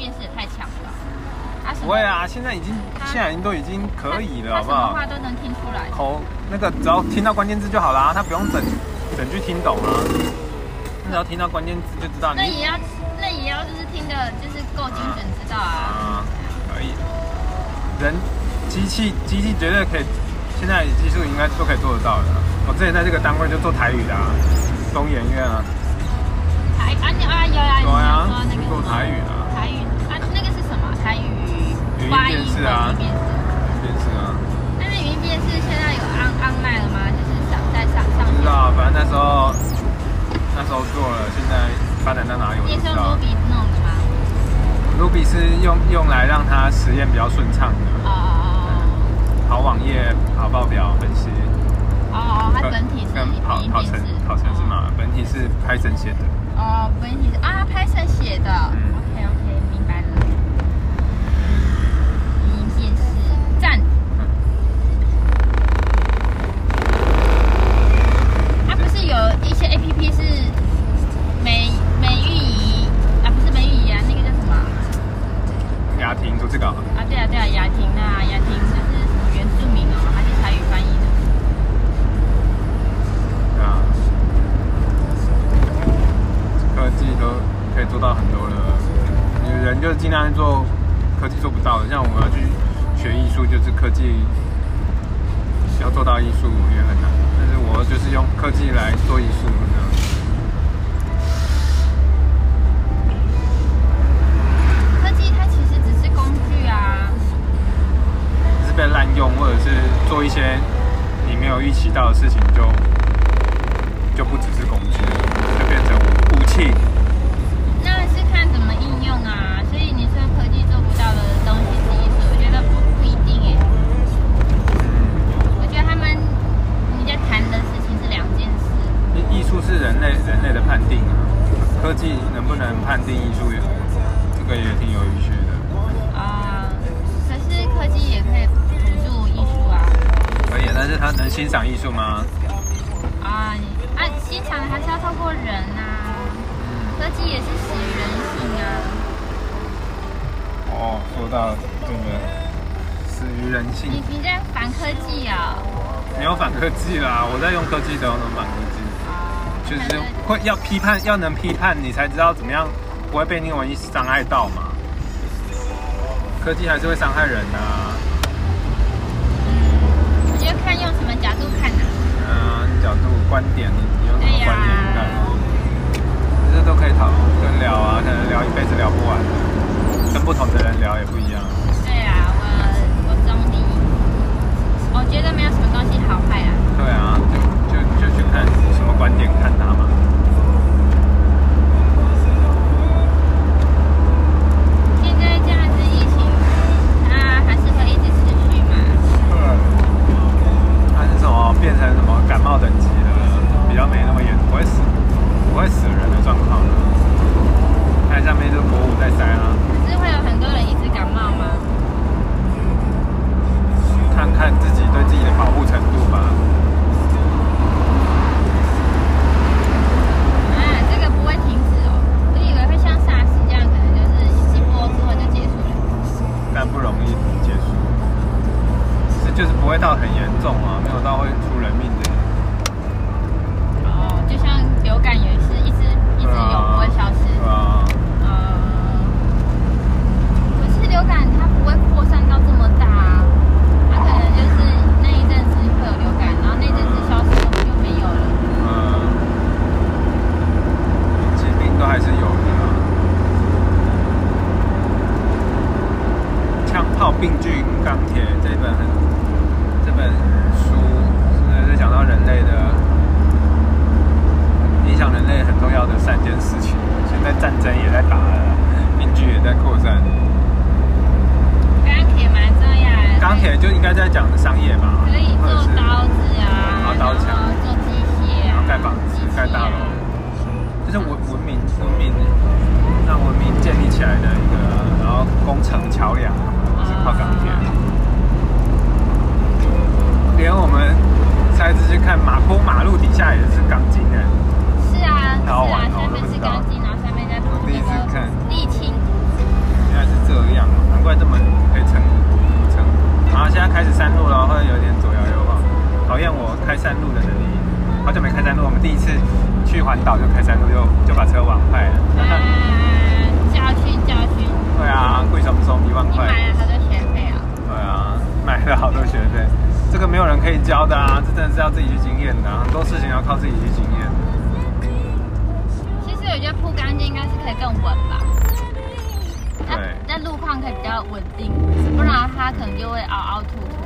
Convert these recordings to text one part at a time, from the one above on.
辨识也太强了。 不会啊，现在已经都已经可以了，好不好？ 他什么话都能听出来。 那个只要听到关键字就好啦，他不用整句听懂啊。只要听到关键字就知道你。 那也要就是听的，就是够精准知道啊。 可以。机器绝对可以，现在技术应该都可以做得到的。我之前在这个单位就做台语的啊，工研院啊。有啊，做台语啊。 台语啊，那个是什么？台语语音辨识啊。语音辨识啊。 那语音辨识现在有 online 了吗？就是在上。 不知道，反正那时候做了，现在发展到哪里我不知道。 你是用 Ruby 弄的吗 ？Ruby 是用来让它实验比较顺畅的。跑网页、跑报表分析。 它本体是跑程式码，本体是 Python 写的。 本体是Python 写的。OK， 明白了。语音辨识，赞。不是有一些 APP 是美玉仪不是美玉仪啊，那个叫什么？ 雅婷逐字稿。 对啊，雅婷就是什么原住民还是台语翻译的？ 对啊，科技都可以做到很多了。人就尽量做科技做不到的，像我们要去学艺术，就是科技要做到艺术也很难。但是我就是用科技来做艺术这样。被滥用，或者是做一些你没有预期到的事情，就不只是工具，就变成武器。 那是看怎么应用啊。所以你说科技做不到的东西是艺术，我觉得不一定耶。我觉得你在谈的事情是两件事。 艺术是人类的判定啊，科技能不能判定艺术，这个也挺有医学的。 可是科技也可以。 可以，但是他能欣赏艺术吗？ 欣赏还是要透过人啊。科技也是死于人性啊。 说到这个死于人性。 你在反科技啊？ 没有反科技啦，我在用科技的，我能反科技。就是要批判，要能批判，你才知道怎么样不会被另外一伤害到嘛。科技还是会伤害人的啊。 我觉得看用什么角度看啊。 角度、观点，你用什么观点看？这都可以聊啊，可能聊一辈子聊不完，跟不同的人聊也不一样。 对啊，我懂你。我觉得没有什么东西好坏啊。 对啊，就去看什么观点看它嘛。 现在这样子疫情，它还是会一直持续嘛？ 它是什么变成什么感冒等级了，比较没那么严，不会死人的状况了。看下面就是国五在塞啦。 可是会有很多人一直感冒吗？ 看自己对自己的保护程度吧。 这个不会停止哦。我以为会像 SARS 这样，可能就是一波之后就结束了。 但不容易结束，就是不会到很严重啊，没有到会出人命的。 就像流感也是一直有，不会消失。可是流感它不会扩散到这么大啊，它可能就是那一阵子会有流感，然后那阵子消失了就没有了。 疾病都还是有的啊。枪炮、病菌、钢铁这本书是讲到人类的。影响人类很重要的3件事情，现在战争也在打了，病菌也在扩散。 钢铁蛮重要的。 钢铁就应该在讲商业吧， 可以做刀子啊， 然后刀枪， 做机械啊， 然后盖房子、盖大楼，就是文明让文明建立起来的一个，然后工程桥梁都是靠钢铁。连我们才仔细看马路底下也是钢筋的。 是啊，下面是钢筋，然后下面再铺那个沥青。 现在验的，很多事情要靠自己去经验。 其实我觉得铺钢筋应该是可以更稳吧。 对。 那路况可以比较稳定，不然它可能就会凹凹凸凸。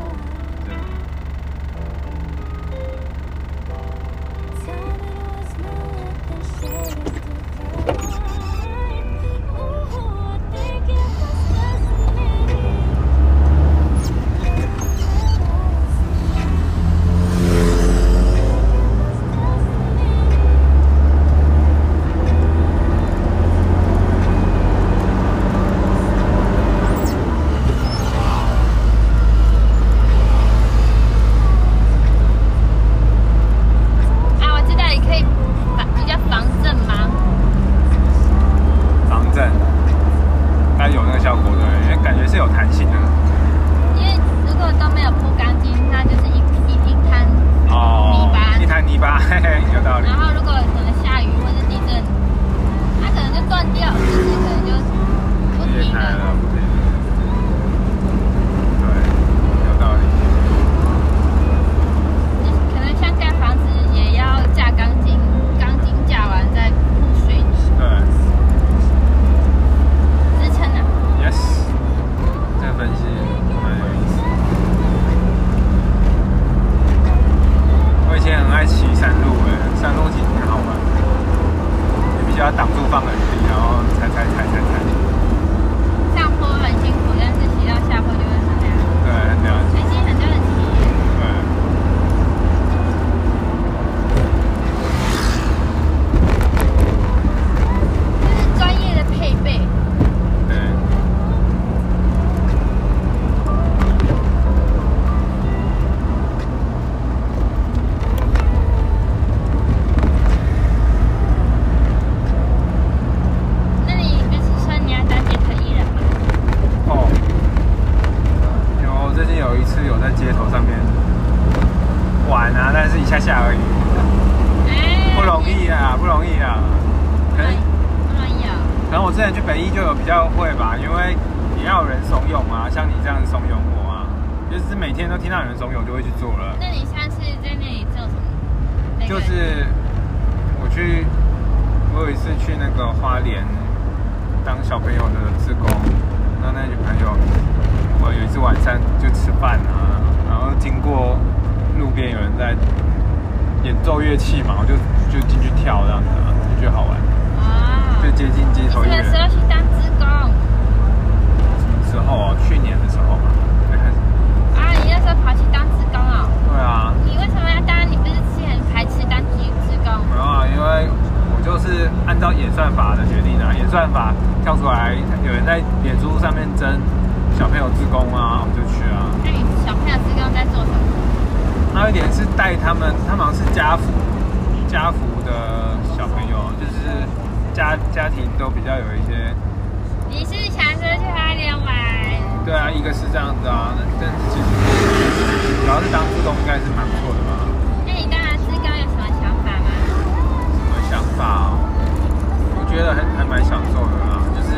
家庭都比较有一些。 你是想说去花莲玩？ 对啊，一个是这样子啊，但是其实主要是当志工应该是蛮不错的吧。 那你当然志工有什么想法吗？ 什么想法哦？我觉得还蛮享受的啦，就是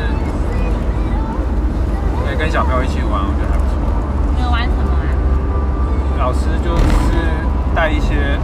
可以跟小朋友一起玩，我觉得还不错。 你有玩什么啊？ 老师就是带一些。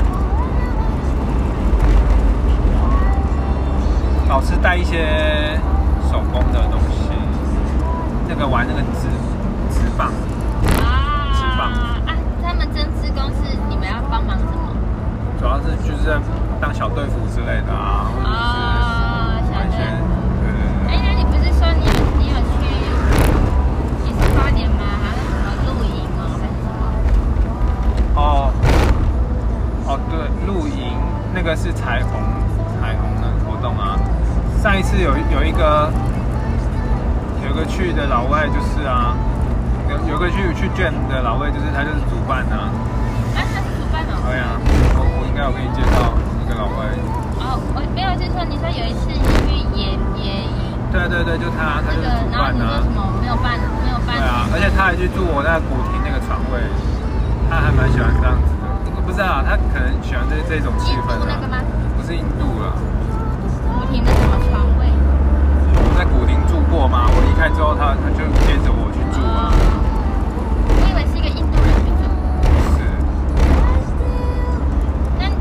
老师带一些手工的东西，那个玩那个纸棒啊，纸棒啊。 他们征志工是你们要帮忙什么？ 主要是就是在当小队服之类的啊，或者是玩一些。 哎，那你不是说你有去也是花莲吗？还有什么露营哦，还是什么？ 哦，对，露营那个是彩虹的活动啊。上一次有一个去的老外就是啊，有个去卷的老外就是他就是主办啊。 他是主办哦。 对啊，我应该有给你介绍一个老外。 哦，我没有是说你说有一次你去野营。对， 就他就是主办啊。 然后你说什么没有办？对啊，而且他还去住我那古亭那个床位，他还蛮喜欢这样子的。不知道他可能喜欢这种气氛啊。 印度那个吗？ 不是印度了。 古亭的什么床位？ 我在古亭住过吗？我离开之后，他就接着我去住啊。 我以为是一个印度人去住。 是。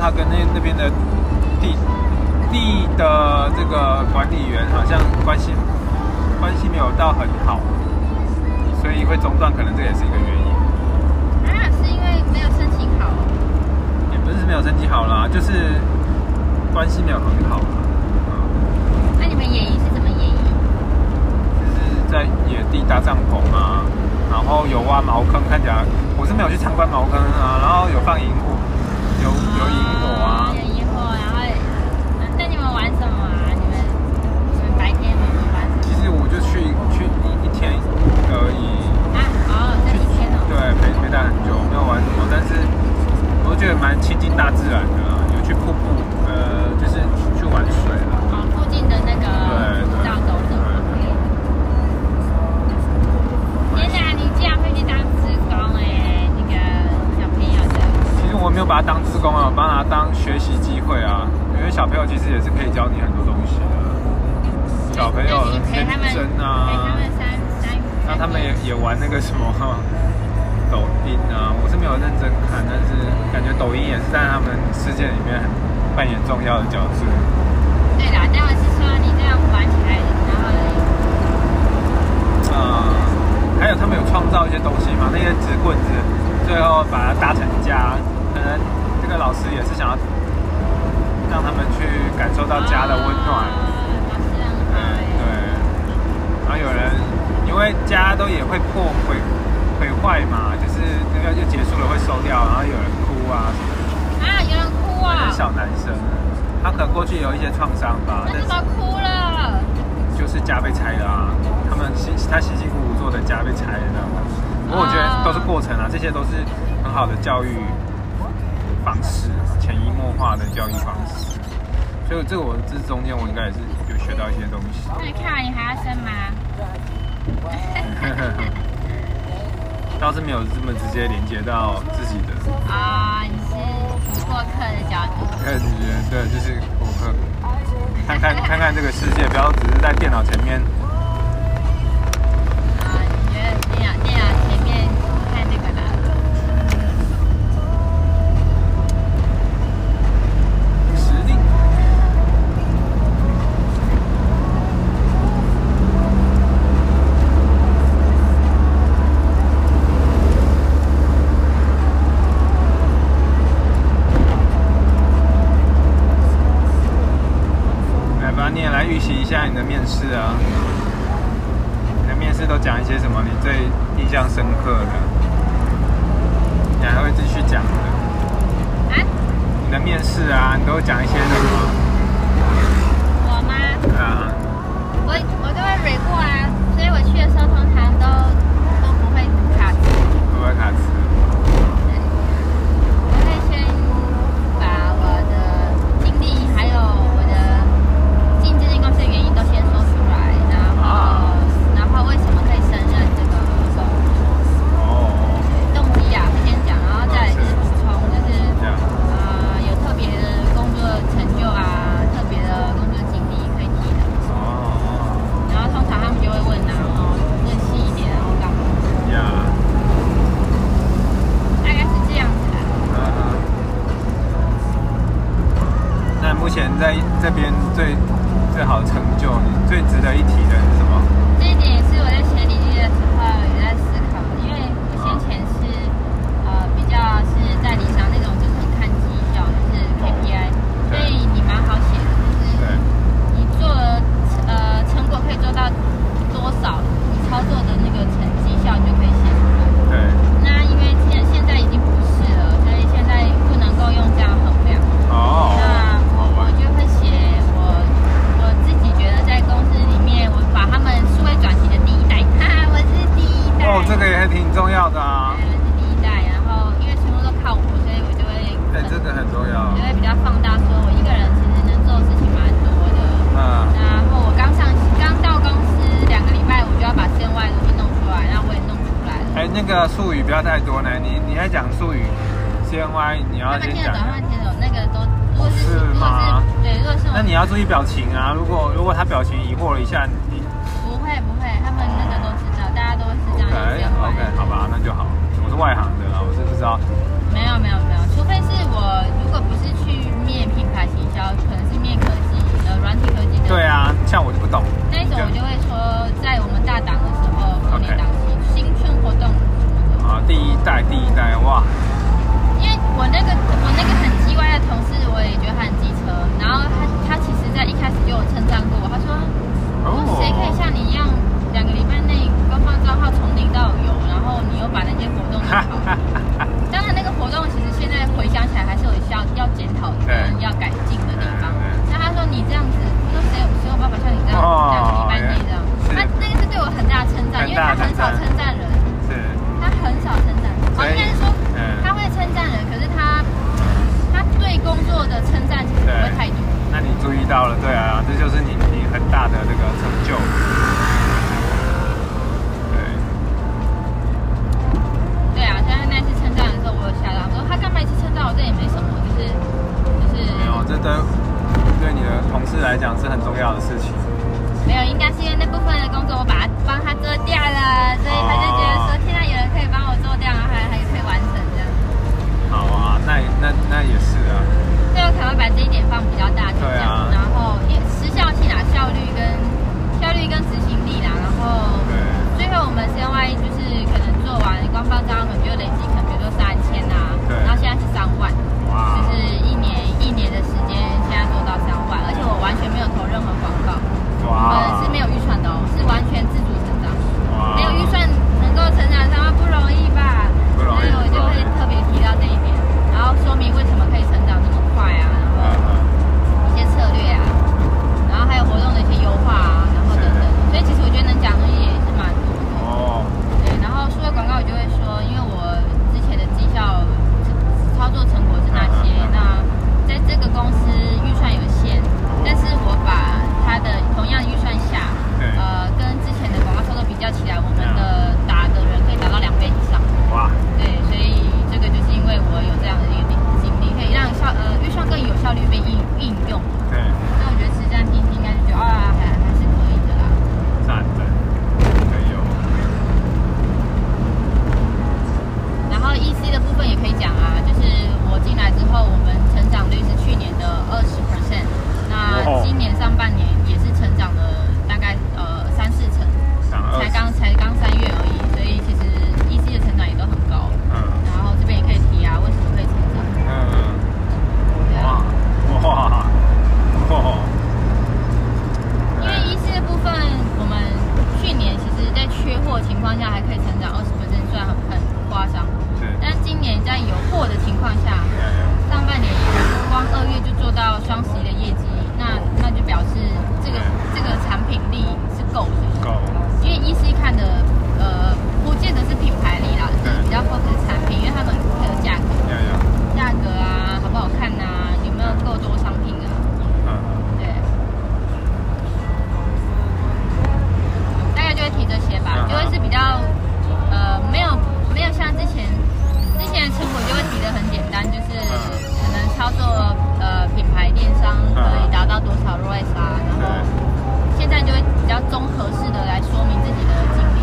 他跟那边的地的这个管理员好像关系没有到很好，所以会中断，可能这也是一个原因。 啊，是因为没有申请好？ 也不是没有申请好啦，就是关系没有很好。 那你们野营是怎么野营？ 就是在野地搭帐篷啊，然后有挖茅坑，看起来我是没有去参观茅坑啊，然后有放萤火，有萤火啊。 有萤火，然后那你们玩什么啊？你们白天有没有玩什么？ 其实我就去一天而已。 这一天哦。 对，没待很久，没有玩什么，但是我觉得蛮亲近大自然的啦，有去瀑布，就是去玩水啦。 附近的那个步道走走。天哪，你竟然会去当志工哎，那个小朋友的。 其实我没有把它当志工啊，我把它当学习机会啊，因为小朋友其实也是可以教你很多东西的。小朋友天真啊，那他们也玩那个什么抖音啊，我是没有认真看，但是感觉抖音也是在他们世界里面扮演重要的角色。 对啦，但我是说你这样玩起来，然后还有他们有创造一些东西嘛，那些纸棍子，最后把它搭成家，可能这个老师也是想要让他们去感受到家的温暖。然后有人因为家都也会毁坏嘛，就是这个就结束了会收掉，然后有人哭啊什么的。 有人哭啊！ 小男生，他可能过去有一些创伤吧。 那怎么哭了？ 就是家被拆了啊，他辛辛苦苦做的家被拆了，不过我觉得都是过程啊，这些都是很好的教育方式，潜移默化的教育方式。所以这中间我应该也是有学到一些东西。 那你看完你还要生吗？ 倒是没有这么直接连接到自己的。 你是过客的角度。 对，就是过客，看看这个世界，不要只是在电脑前面。 你觉得电脑前面看这个呢？ 实力。你也来预习一下你的面试啊！你的面试都讲一些什么？你最印象深刻的？你还会继续讲的？你的面试啊，你都会讲一些什么？ 我吗？我都会蕊过啊，所以我去的时候通常都不会卡词。 不会卡词。 我会先把我的经历还有我的进这间公司的原因都先说出来，然后为什么可以胜任这个工作？动机啊会先讲，然后再来就是补充，就是有特别的工作成就啊，特别的工作经历可以提的。然后通常他们就会问问细一点，然后干嘛？大概是这样子的。 那目前在这边最好的成就，你最值得一提的是什么？ 这一点也是我在写履历的时候有在思考的，因为我先前是比较是代理商那种，就是看绩效，就是 KPI，所以你蛮好写的，就是你做了成果可以做到多少，你操作的那个绩效就可以写出来。 对。 那因为现在已经不是了，所以现在不能够用这样衡量。那我就会写我自己觉得在公司里面，我把他们数位转型的第一代，我是第一代。 这个也还挺重要的啊。 对，我是第一代，然后因为全部都靠我，所以我就会这个很重要。 我就会比较放大，说我一个人其实能做的事情蛮多的。然后我刚到公司2个礼拜，我就要把CNY的东西弄出来，然后我也弄出来了。 那个术语不要太多呢，你在讲术语 CNY， 你要先讲。 他们听得懂那个都，如果是对，如果是那你要注意表情啊，如果他表情疑惑了一下，你不会，他们那个都知道，大家都是这样。 OK， 好吧，那就好。我是外行的啦，我是不知道。 没有，除非是我如果不是去货的情况下还可以成长20%，虽然很夸张。 对。 但今年在有货的情况下，上半年光2月就做到双11的业绩，那就表示这个产品力是够的。 够。 因为 EC 看的不见得是品牌力啦，是比较 focus 产品，因为他们会有价格，价格啊，好不好看啊，有没有够多商品啊？对。大概就会提这些吧，就会是比较没有像之前的成果就会提得很简单，就是可能操作品牌电商可以达到多少 ROAS 啊，然后现在就会比较综合式的来说明自己的经历。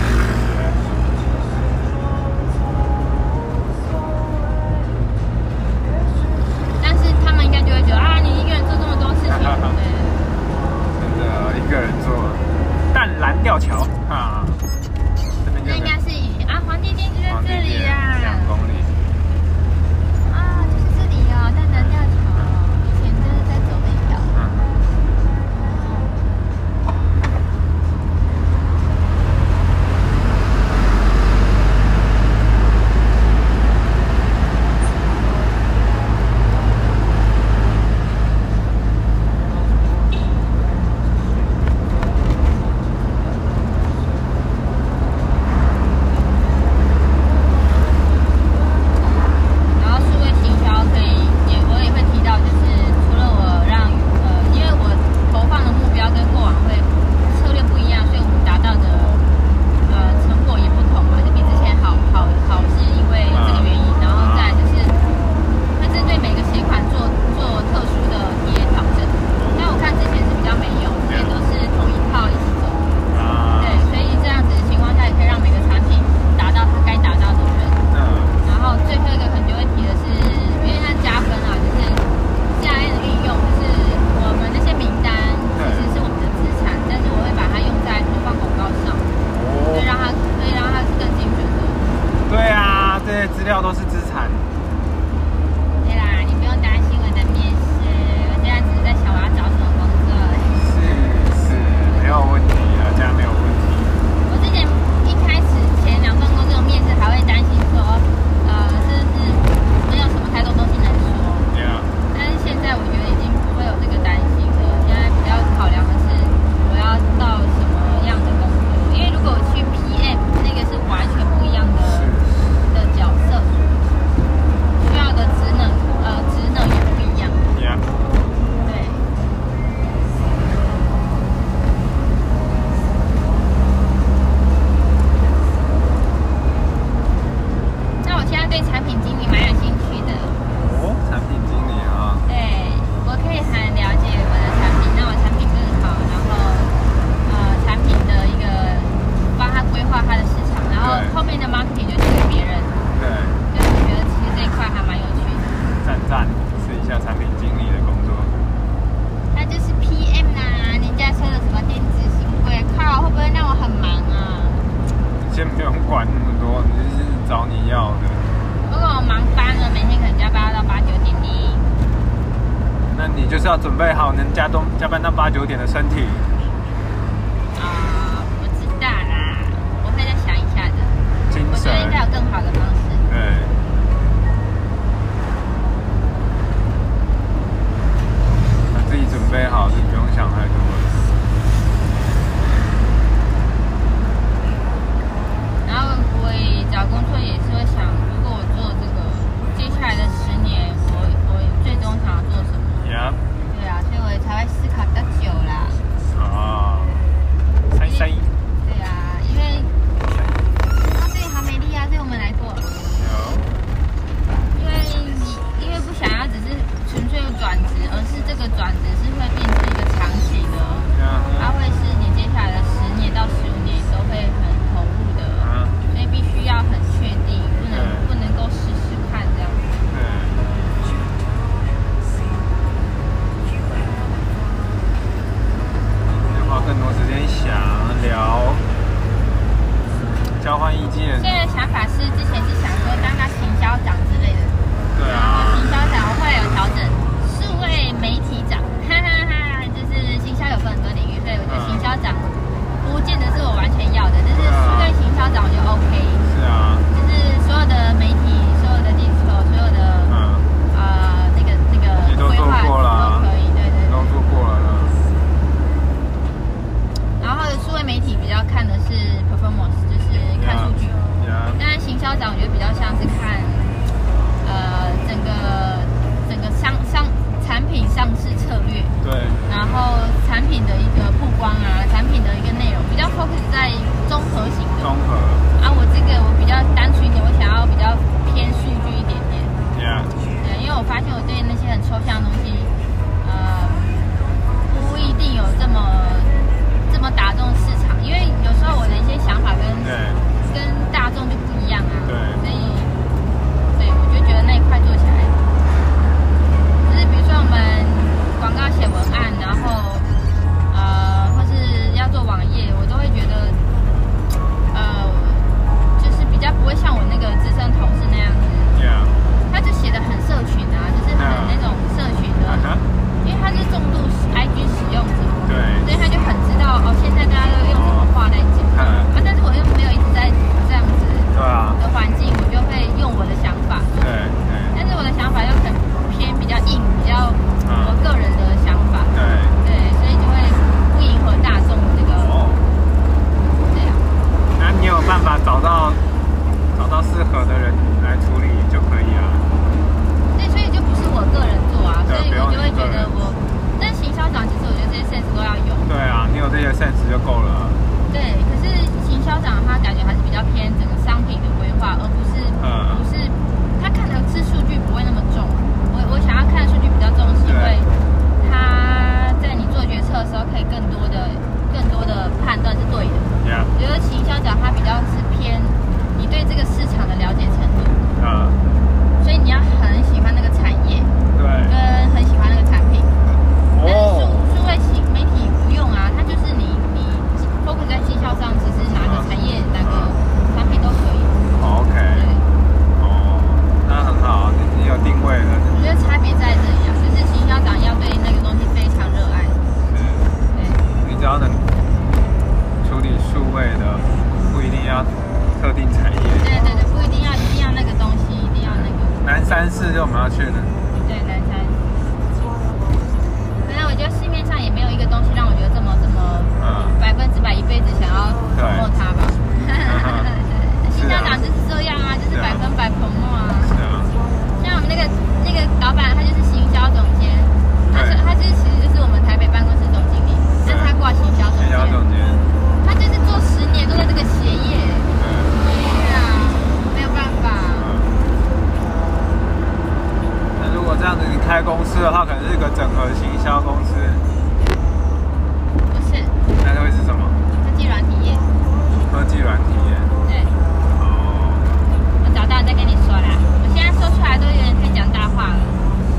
但是他们应该就会觉得啊，你一个人做这么多事情，对， 真的一个人做淡蓝吊桥啊，这边就那应该是以前啊，皇帝殿就在这里啊 ，2公里。 啊，就是这里哦，淡蓝吊桥，以前就是在走那条。 资料都是资产。 对啦，你不用担心我的面试，我现在只是在想我要找什么工作。 是，没有问题啊，这样没有问题。 我之前一开始前2份工作面试还会担心说，是不是没有什么太多东西能说。 Yeah. 但是现在我觉得已经不会有这个担心了，现在比较考量的是我要到什么样的工作，因为如果我去 PM 那个是完全不一样的角色，需要的职能也不一样。 Yeah. 对。那我现在对产品经理蛮有兴趣的。 哦，产品经理啊。 对，我可以很了解我的产品，让我产品更好，然后产品的一个帮他规划他的市场，然后后面的 marketing 就交给别人。 对。 就是我觉得其实这一块还蛮有趣的。 赞，试一下产品经理的工作。 那就是 PM 啦，人家说的什么电子新贵，靠，会不会让我很忙啊？ 你先不用管那么多，你就是找你要的。 如果我忙翻了，每天可能加班到8、9点呢。 那你就是要准备好能加班到8、9点的身体。 不知道啦，我会再想一下的。 精神。 我觉得应该有更好的方式。 对。把自己准备好，就不用想太多了。 然后我也找工作也是会想，如果我做这个，接下来的10年，我最终想要做什么？ Yeah. 对啊，所以我也才会思考比较久啦。 好。 4是我们要去的。 对，南山。反正我觉得市面上也没有一个东西让我觉得这么100%一辈子想要捧墨它吧。新疆长就是这样啊，就是100%捧墨啊。 是啊。 像我们那个老板，他就是行销总监，他其实就是我们台北办公室总经理，但是他挂行销总监。他就是做10年都在这个鞋业。对啊，没有办法。 那如果这样子你开公司的话，可能是一个整合行销公司。 不是。 那会是什么？ 科技软体业。 科技软体业。 对。哦。我找到再跟你说啦。我现在说出来都有点太讲大话了。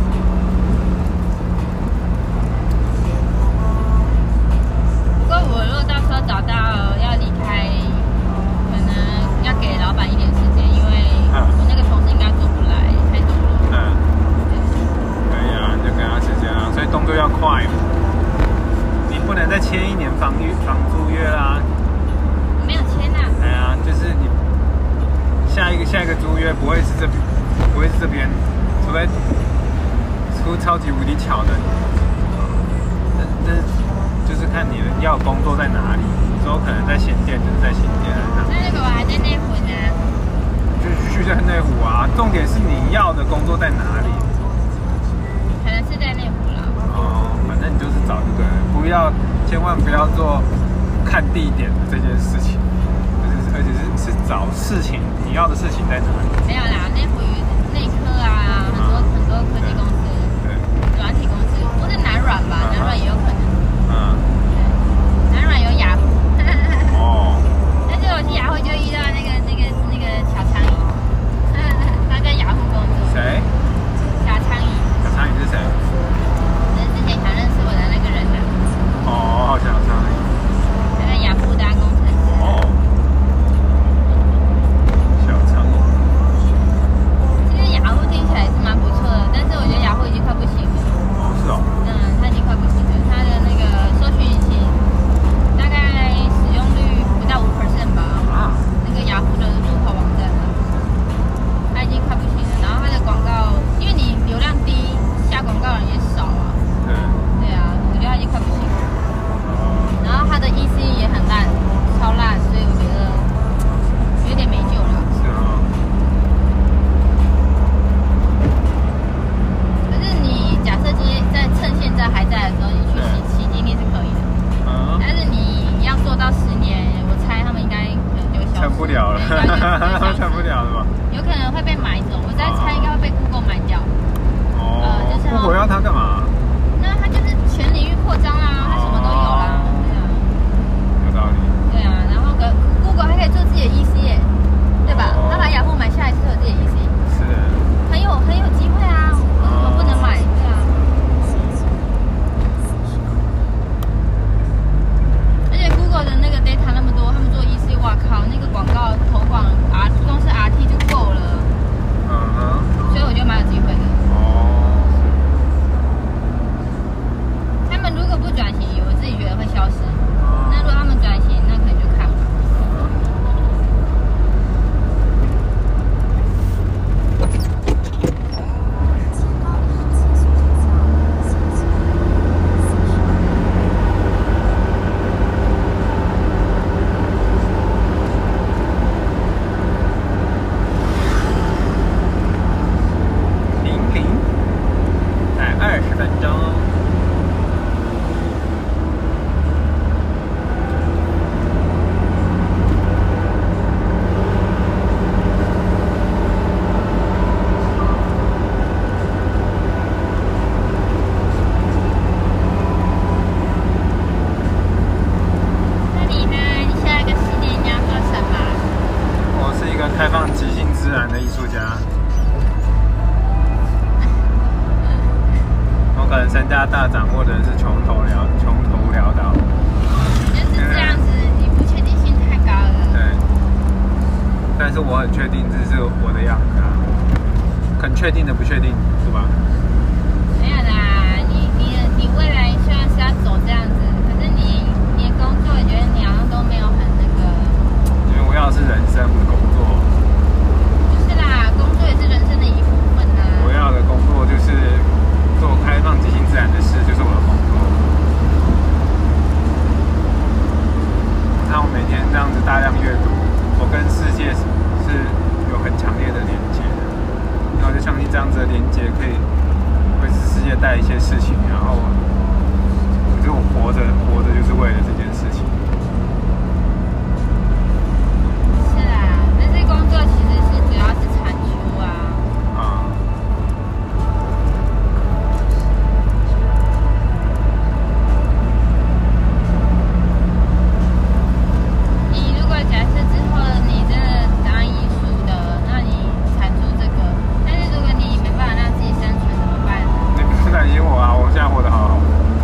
不过我如果到时候找到要离开，可能要给老板一点时间，因为我那个同事应该做不来，太多了。 可以啊，你就给他时间啊，所以动作要快嘛。你不能再签1年房租约啦。 我没有签啊。 对啊，就是你下一个租约不会是这边，除非出超级无敌巧的。但就是看你要工作在哪里，你说可能在新店，就是在新店啊。 那个我还在内湖呢。 就去在内湖啊，重点是你要的工作在哪里？ 可能是在内湖了。 哦，反正你就是找这个，千万不要做看地点的这件事情，而且是找事情，你要的事情在哪里？ 没有啦，内湖内科啊，很多科技公司，软体公司，或者南软吧，南软也有可能。南软有雅虎。哦。但是我去雅虎就遇到那个小苍蝇，他在雅虎工作。 谁？ 小苍蝇。 小苍蝇是谁？ 是之前想认识我的那个人啊。 哦，小苍蝇。 他在雅虎当工程师。 哦。小苍蝇。 这个雅虎听起来是蛮不错的，但是我觉得雅虎已经快不行了。 哦，是哦。 它已经快不行了，它的那个搜寻引擎大概使用率不到5%吧。那个雅虎的入口网站啊，它已经快不行了。然后它的广告，因为你流量低，下广告人也少啊。对啊，我觉得它已经快不行了。然后它的 EC 也很烂，超烂，所以我觉得有点没救了。 是啊。 可是你假设趁现在还在的时候，你去洗经历是可以的。但是你要做到10年，我猜他们应该可能就消失。 撑不了了，撑不了了吧？ 有可能会被买走，我在猜应该会被 Google 买掉。就是 Google 要它干嘛？ 那它就是全领域扩张啊，它什么都有啦。对啊。 有道理。 对啊，然后Google 还可以做自己的 EC 耶，对吧？他把雅虎买下来是有自己的 EC。 是。 很有机会啊，为什么不能买？对啊。而且 Google 的那个 data 那么多，他们做 EC， 哇靠，那个广告投广光是 RT 就够了。所以我觉得蛮有机会的。他们如果不转型，我自己觉得会消失。那如果他们转型，那可能就看吧。 20分钟。 那你呢？你下一个10年你要做什么？ 我是一个开放即兴自然的艺术家。我可能身价大涨，或者是穷途潦倒。 就是这样子，你不确定性太高了。 对。但是我很确定这是我的样子啊，很确定的不确定，是吧？ 没有啦，你未来虽然是要走这样子，可是你的工作，我觉得你好像都没有很那个。 因为我要的是人生，不是工作。 不是啦，工作也是人生的一部分啦。 事情，然后可是我活着就是为了这件事情。 是啊，但是工作其实是主要是产出啊。你如果假设之后你真的当艺术的，那你产出这个，但是如果你没办法让自己生存怎么办呢？ 你不是担心我啊，我现在活得好好的。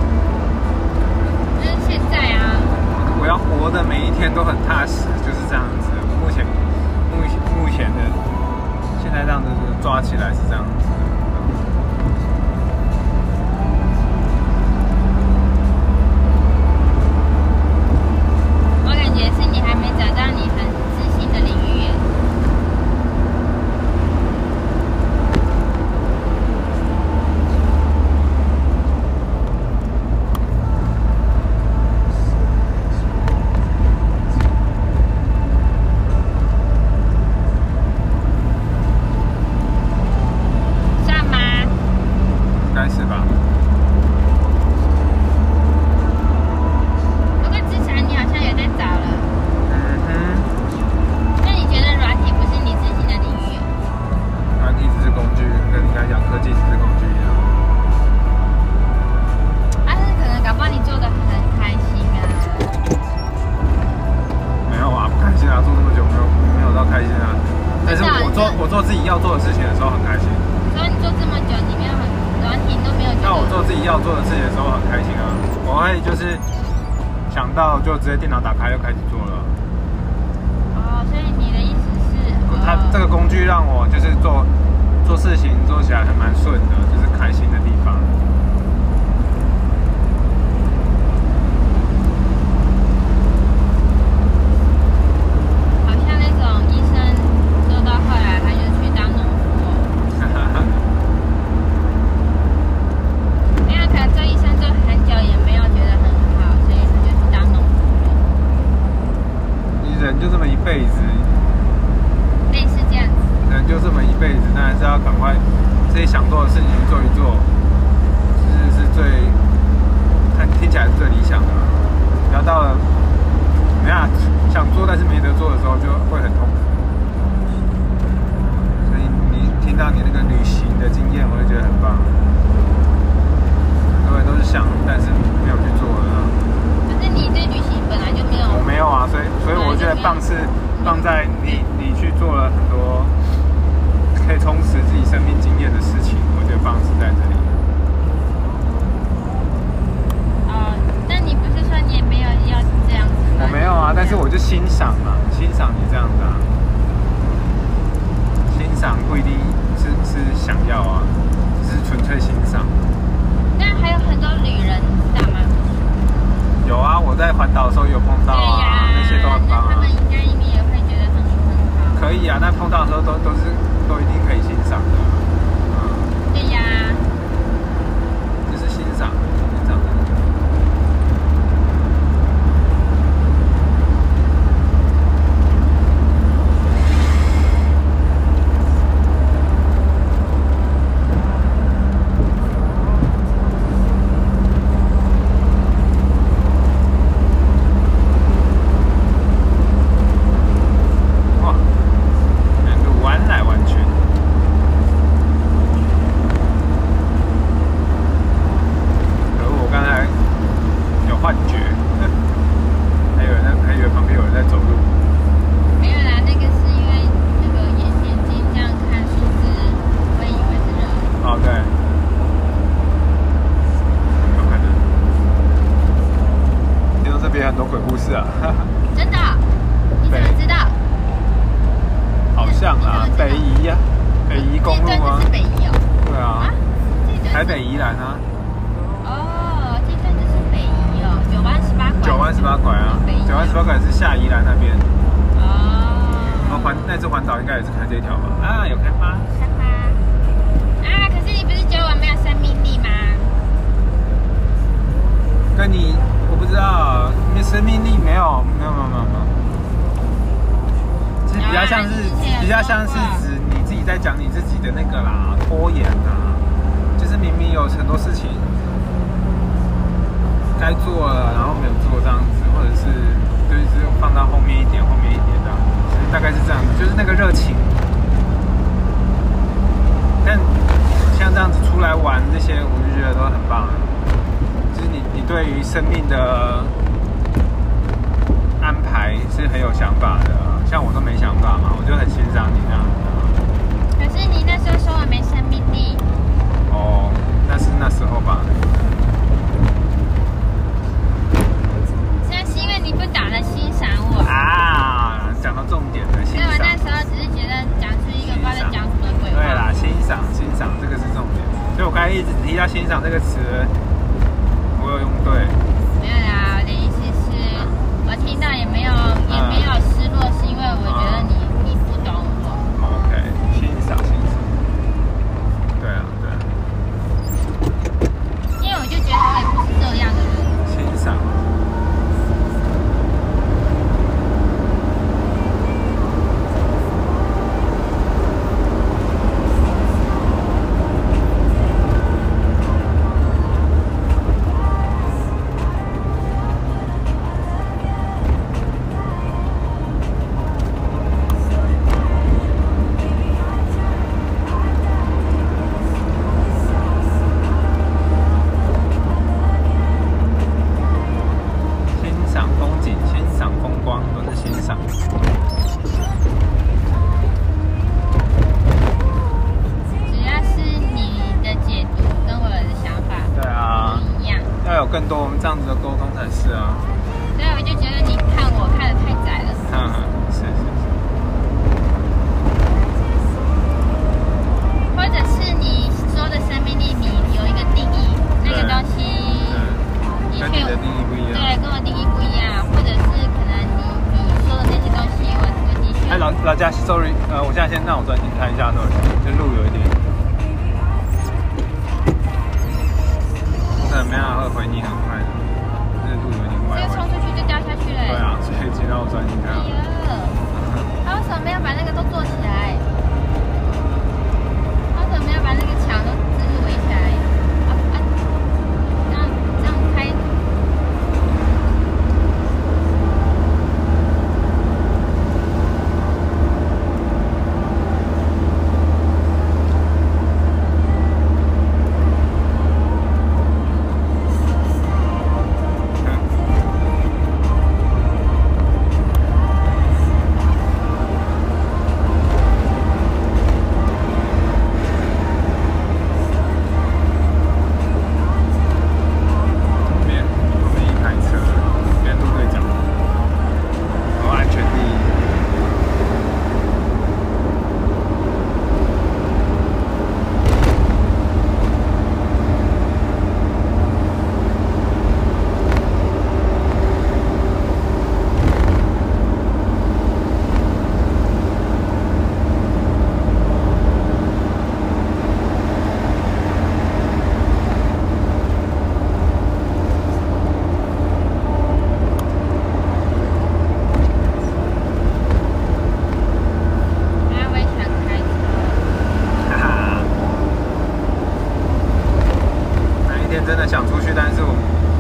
就是现在啊。 我要活的每一天都很踏实，就是这样子。目前的现在这样子抓起来是这样子。 我感觉是你还没找到你很自信的领域耶。算吗？ 应该是吧？ 不过至少你好像有在找了。 嗯那你觉得软体不是你自信的领域？ 哼，软体只是工具，跟你刚才讲科技只是工具一样。 但是可能搞不好你做的很开心啊。 没有啊，不开心啊，做这么久没有到开心啊。但是真的啊我做自己要做的事情的时候很开心。 所以你做这么久，你没有很软体都没有觉得。 那我做自己要做的事情的时候很开心啊，我会就是想到就直接电脑打开就开始做了。 哦，所以你的意思是， 它这个工具让我就是做事情做起来还蛮顺的，就是开心的地方。 好像那种医生做到后来他就去当农夫哦。没有，可能做医生做很久也没有觉得很好，所以他就去当农夫了。 你人就这么一辈子， 类似这样子。 人就这么一辈子，当然是要赶快自己想做的事情做一做，是最听起来是最理想的。不要到了没啊想做但是没得做的时候，就会很痛苦。所以你听到你那个旅行的经验，我会觉得很棒。很多人都是想，但是没有去做的。 可是你对旅行本来就没有。 我没有啊，所以我觉得棒是棒在你去做了很多可以充实自己生命经验的事情，我觉得棒是在这里。 哦，那你不是说你也没有要这样子吗？ 我没有啊，但是我就欣赏嘛，欣赏你这样子啊，欣赏不一定是想要啊，只是纯粹欣赏。 那还有很多旅人，知道吗？ 有啊，我在环岛的时候有碰到啊，那些都很棒啊。 那他们应该也会觉得很好。 可以啊，那碰到的时候都一定可以欣赏的。 对呀。 就是欣赏的。很多鬼故事啊！ 真的？你怎么知道？ 好像啊，北宜啊，北宜公路啊。 这是北宜哦。 对啊。台北宜兰啊。 哦，这段就是北宜哦，9弯18拐。 9弯18拐啊，9弯18拐是下宜兰那边。哦。那次环岛应该也是开这条吧？啊，有开吗？ 开吗？啊，可是你不是觉得我没有生命力吗？ 跟你。我不知道，你的生命力没有，其实比较像是指你自己在讲你自己的那个啦，拖延啊，就是明明有很多事情该做了，然后没有做这样子，或者是就是放到后面一点这样子，其实大概是这样子，就是那个热情。但像这样子出来玩这些，我就觉得都很棒。就是你对于生命的安排是很有想法的，像我都没想法嘛，我就很欣赏你这样子。 可是你那时候说我没生命力。 哦，那是那时候吧。 那是因为你不懂得欣赏我啊！讲到重点了，欣赏。 因为我那时候只是觉得讲出一个不知道在讲什么鬼话。 对啦，欣赏这个是重点。所以我刚才一直提到欣赏这个词，我有用对。 没有啦，我的意思是，我听到也没有失落，是因为我觉得你不懂我。 OK， 欣赏。对啊。 因为我就觉得我也不是这样的人。 欣赏。更多我们这样子的沟通才是啊。 所以我就觉得你看我看得太窄了。 是。 或者是你说的生命力，你有一个定义，那个东西， 跟你的定义不一样。 对，跟我定义不一样，或者是可能你说的那些东西，我的确。 哎，老家 ，sorry， 我现在先让我专心看一下，sorry， 这路有一点。没办法会回你很快的，这路有点歪。 这个冲出去就掉下去了。 对啊，所以请让我专心看。 哎呀，他为什么没有把那个都做起来？他为什么没有把那个墙都自己围起来？这样开。 真的想出去，但是我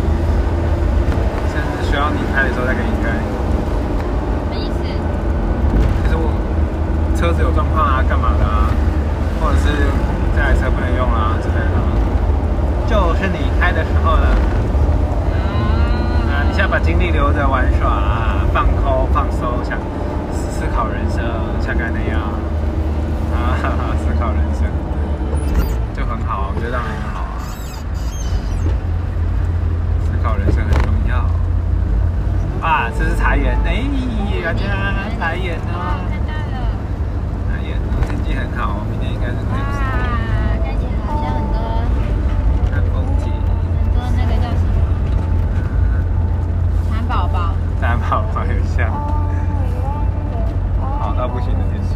甚至需要你开的时候再给你开。 什么意思？ 就是我车子有状况啊，干嘛的啊，或者是这台车不能用啊之类的，就是你开的时候了。你现在把精力留着玩耍啊，放空放松，想思考人生，像刚才那样思考人生就很好，我觉得这样很好。思考人生很重要啊！这是茶园，哎，大家茶园哦， 看到了， 茶园哦，天气很好，明天应该是可以。 哇，看起来好像很多， 看风景， 很多那个叫什么？蚕宝宝。 蚕宝宝有像，好到不行的天气。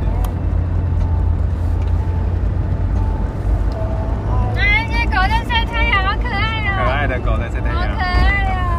哎，这狗在晒太阳，好可爱哦！ 可爱的狗在晒太阳。 好可爱哦！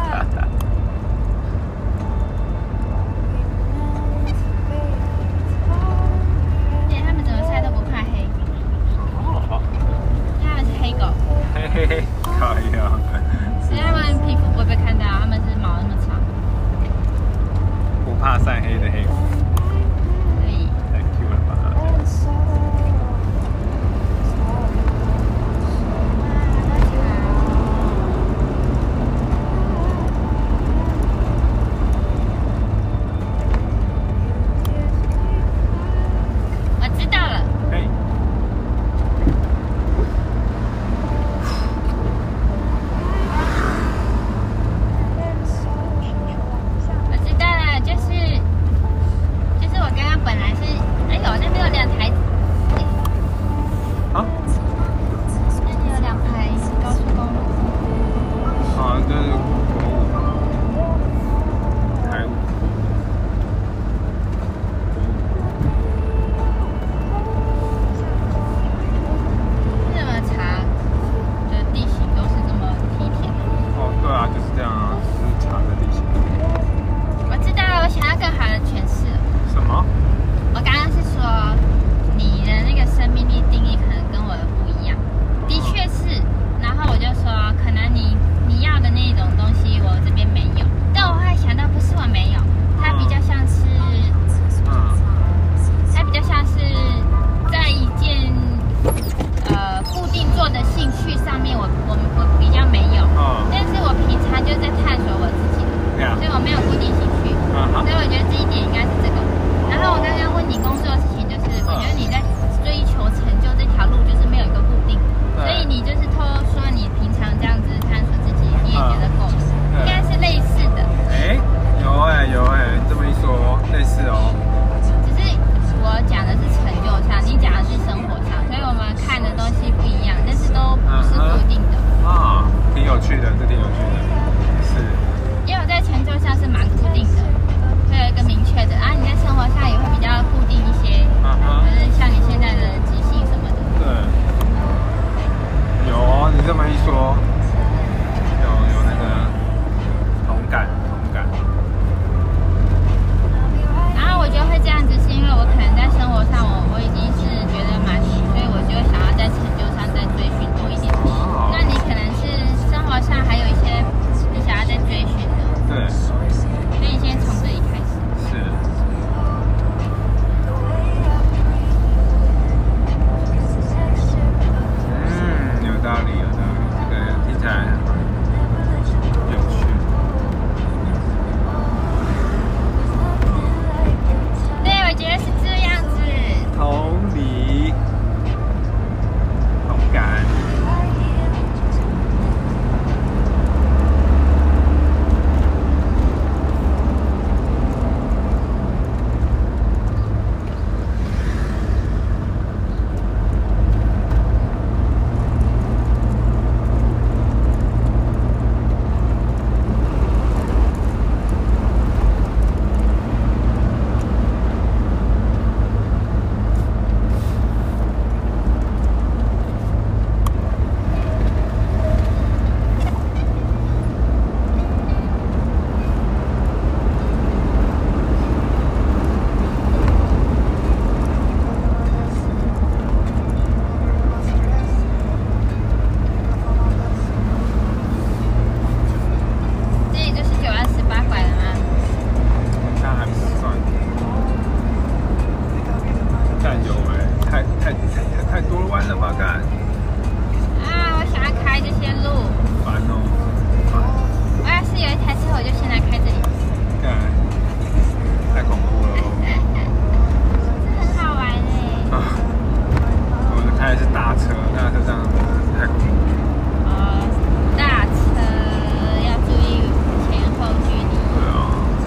完了吧，干？ 啊，我想要开这些路。 烦哦，烦。 我要是有一台车，我就先来开这里。 干，太恐怖了。 这很好玩哎。 啊，我们开的是大车，大车这样太恐怖了。 哦，大车要注意前后距离。 对啊。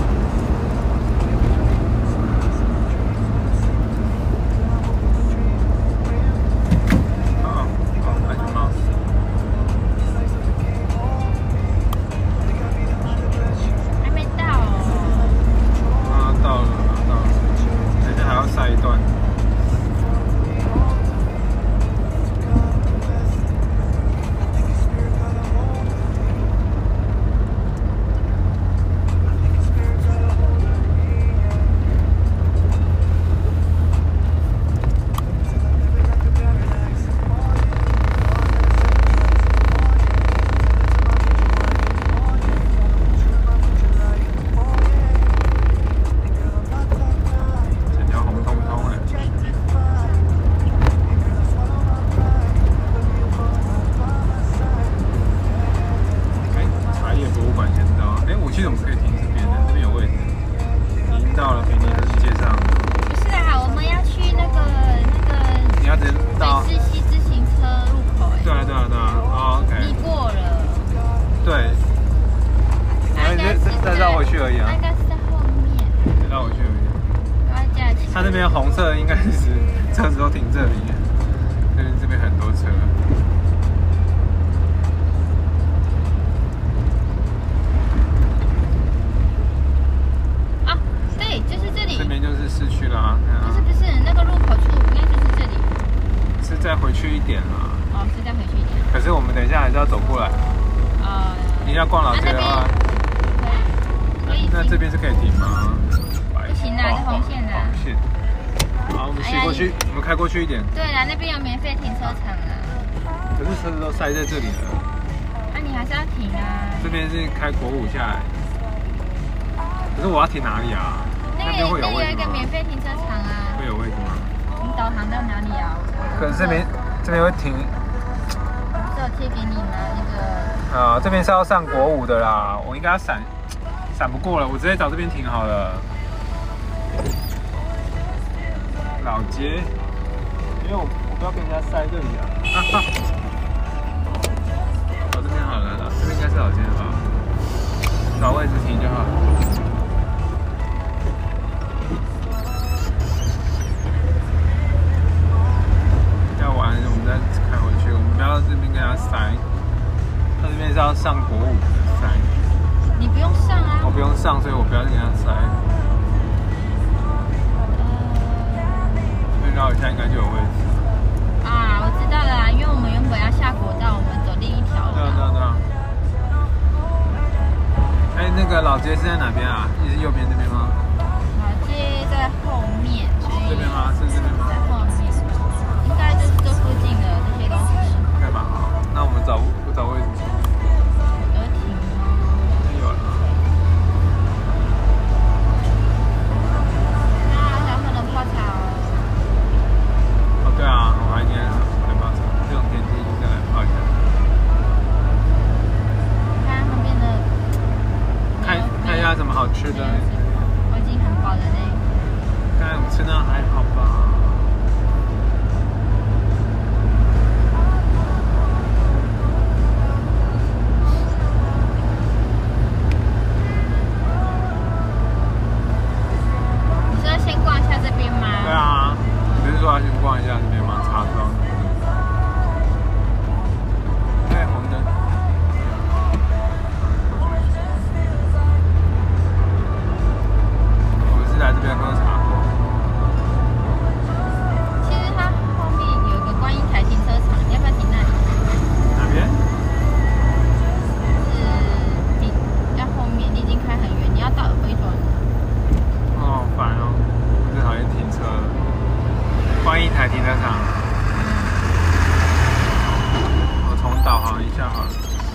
再绕回去而已啊。应该是在后面。 再绕回去而已。 我要加钱。 它那边红色应该是车子都停这里，这边很多车。 啊，对，就是这里。 这边就是市区啦。 不是那个入口处，应该就是这里。 是再回去一点啦。 哦，是再回去一点。 可是我们等一下还是要走过来。你要逛老街的话。那这边是可以停吗？ 不行啊，是红线的。 红线。好，我们骑过去，我们开过去一点。 对啦，那边有免费停车场啊。 可是车子都塞在这里了。 那你还是要停啊。 这边是开国五下来。可是我要停哪里啊？那边会有位置吗？ 有一个免费停车场啊。 会有位置吗？ 你导航到哪里啊？ 可是这边会停。 是有贴给你吗？那个。 这边是要上国五的啦，我应该要闪不过了，我直接找这边停好了。老街，因为我不要跟人家塞这里啊。找这边好了，这边应该是老街吧？找位置停就好。要完我们再开回去，我们不要这边跟人家塞。他这边是要上国五的塞。 你不用上啊。 我不用上，所以我不要跟他塞。绕一下应该就有位置。 啊，我知道了啦，因为我们原本要下国道，我们走另一条路。 对啊。哎，那个老街是在哪边啊？也是右边这边吗？ 老街在后面，所以这边吗？是这边吗？ 在后面，应该就是这附近的这些东西。 对吧？好，那我们找位置。 有停吗？ 有了。 小可能泡茶对啊，我还今天来泡茶，这种天气就再来泡一下。 看旁边的， 看一下什么好吃的。 我已经很饱了嘞。 看我吃那还好吧。 你说先逛一下这边吗？ 对啊。不是说要先逛一下这边吗？茶庄。对，红灯。我是来这边喝茶。 其实它后面有一个观音台停车场，你要不要停那里？ 哪边？ 是停在后面，你已经开很远，你要到回转了。 哦，烦哦，我最讨厌停车了。观音台停车场，我重导航一下好了。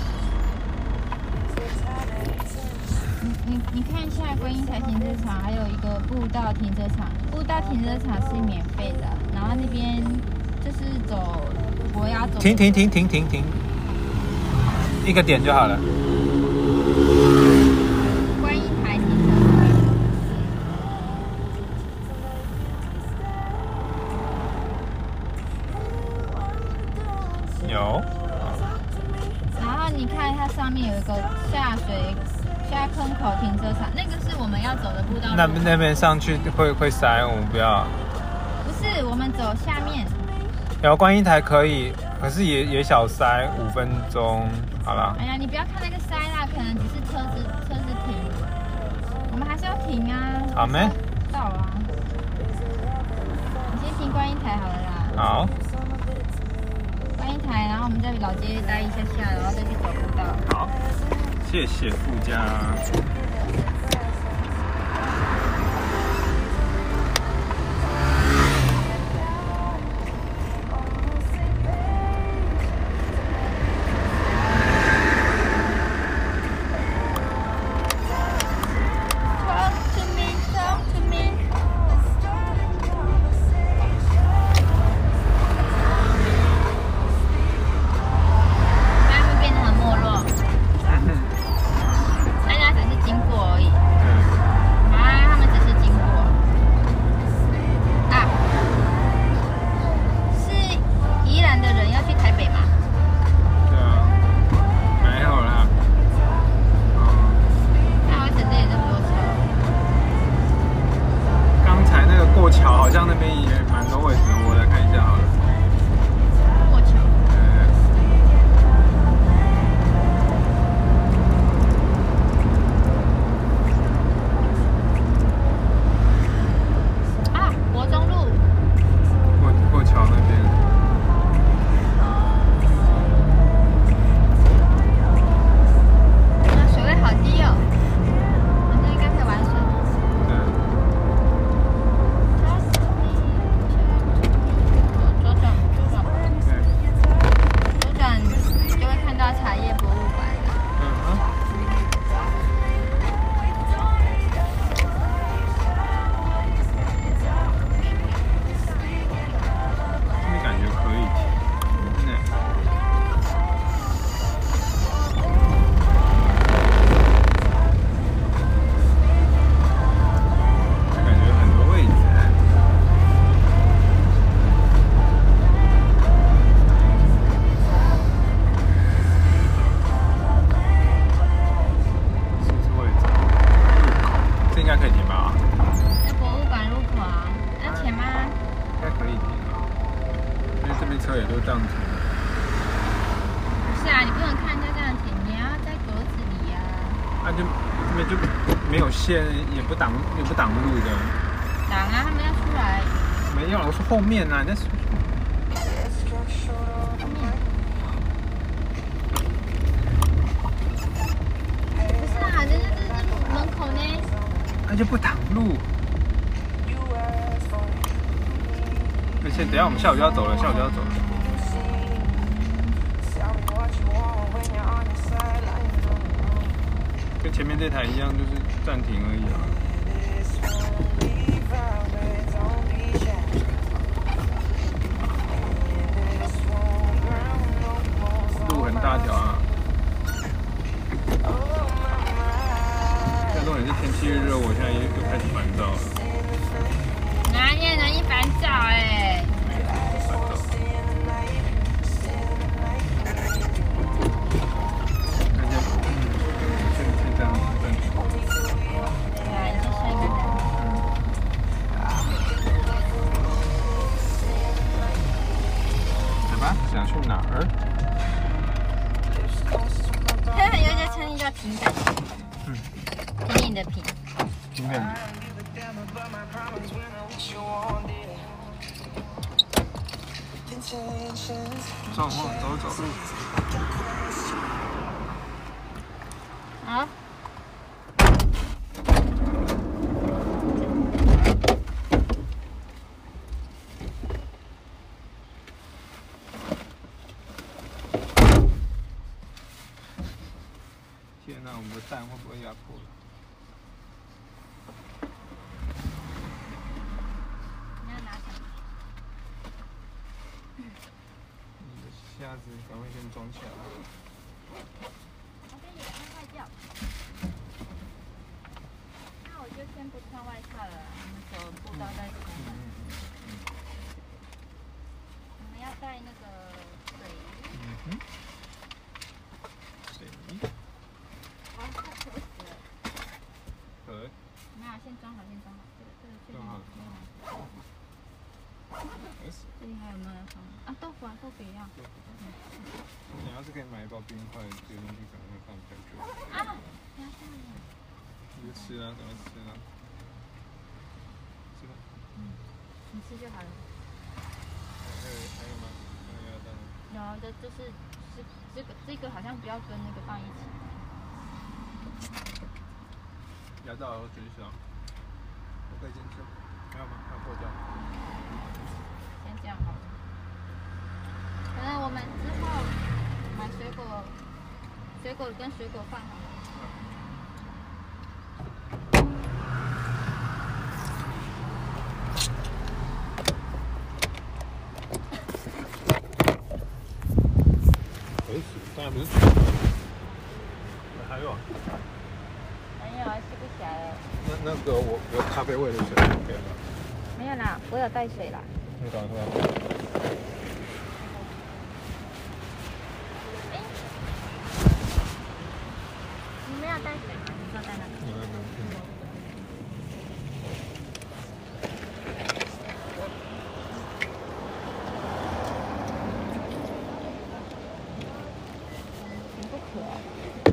你看一下观音台停车场，还有一个步道停车场。步道停车场是免费的，然后那边就是走我要走。 停，一个点就好了。 观音台停车场。 有。 然后你看它上面有一个下坑口停车场，那个是我们要走的步道。 那边上去会塞，我们不要。 不是，我们走下面。 有观音台可以，可是也小塞5分钟，好啦。 哎呀，你不要看那个塞啦，可能只是车子停，我们还是要停啊。 好没？ 到啊。你先停观音台好了啦。 好。 观音台，然后我们在老街待一下，然后再去走步道。 好，谢谢副驾。线也不挡路的。 挡啊，他们要出来。 没有，我说后面啊，那是。 不是啊，人家这是门口呢。 那就不挡路。而且等一下我们下午就要走了，跟前面这台一样，就是暂停而已啊。路很大条啊。现在重点是天气越热，我现在又开始烦躁了。 哪里容易烦躁哎？ 想去哪儿？ 有一家餐厅叫平感，平你的平， 平感。走路。 好。 天哪，我们的蛋会不会压破了？ 你要拿什么？ 架子，赶快先装起来。 我跟你快叫。那我就先不穿外套了，我们走步道再穿。我们要带那个水。 水。 好，快渴死了。 可。 没有，先装好，先装好。这个装好。 这里还有没有放？啊，豆腐啊，豆腐也要。 你要是可以买一包冰块丢进去，可能会放比较久。 啊！不要这样。 你就吃啊，赶快吃啊！吃吧。 你吃就好了。 还有吗？还有要到吗？ 有的就是这个好像不要跟那个放一起。 牙到了，我举手。我可以先吃。还有吗？还有破掉。 先这样好了。可能我们之后买水果跟水果放好了。 当然不是。还有啊？ 没有，还吃不起来了。 那个我有咖啡味的水可以吗？ 没有啦，我有带水啦。 那个你没有带水吗？你说带那个。你不渴啊？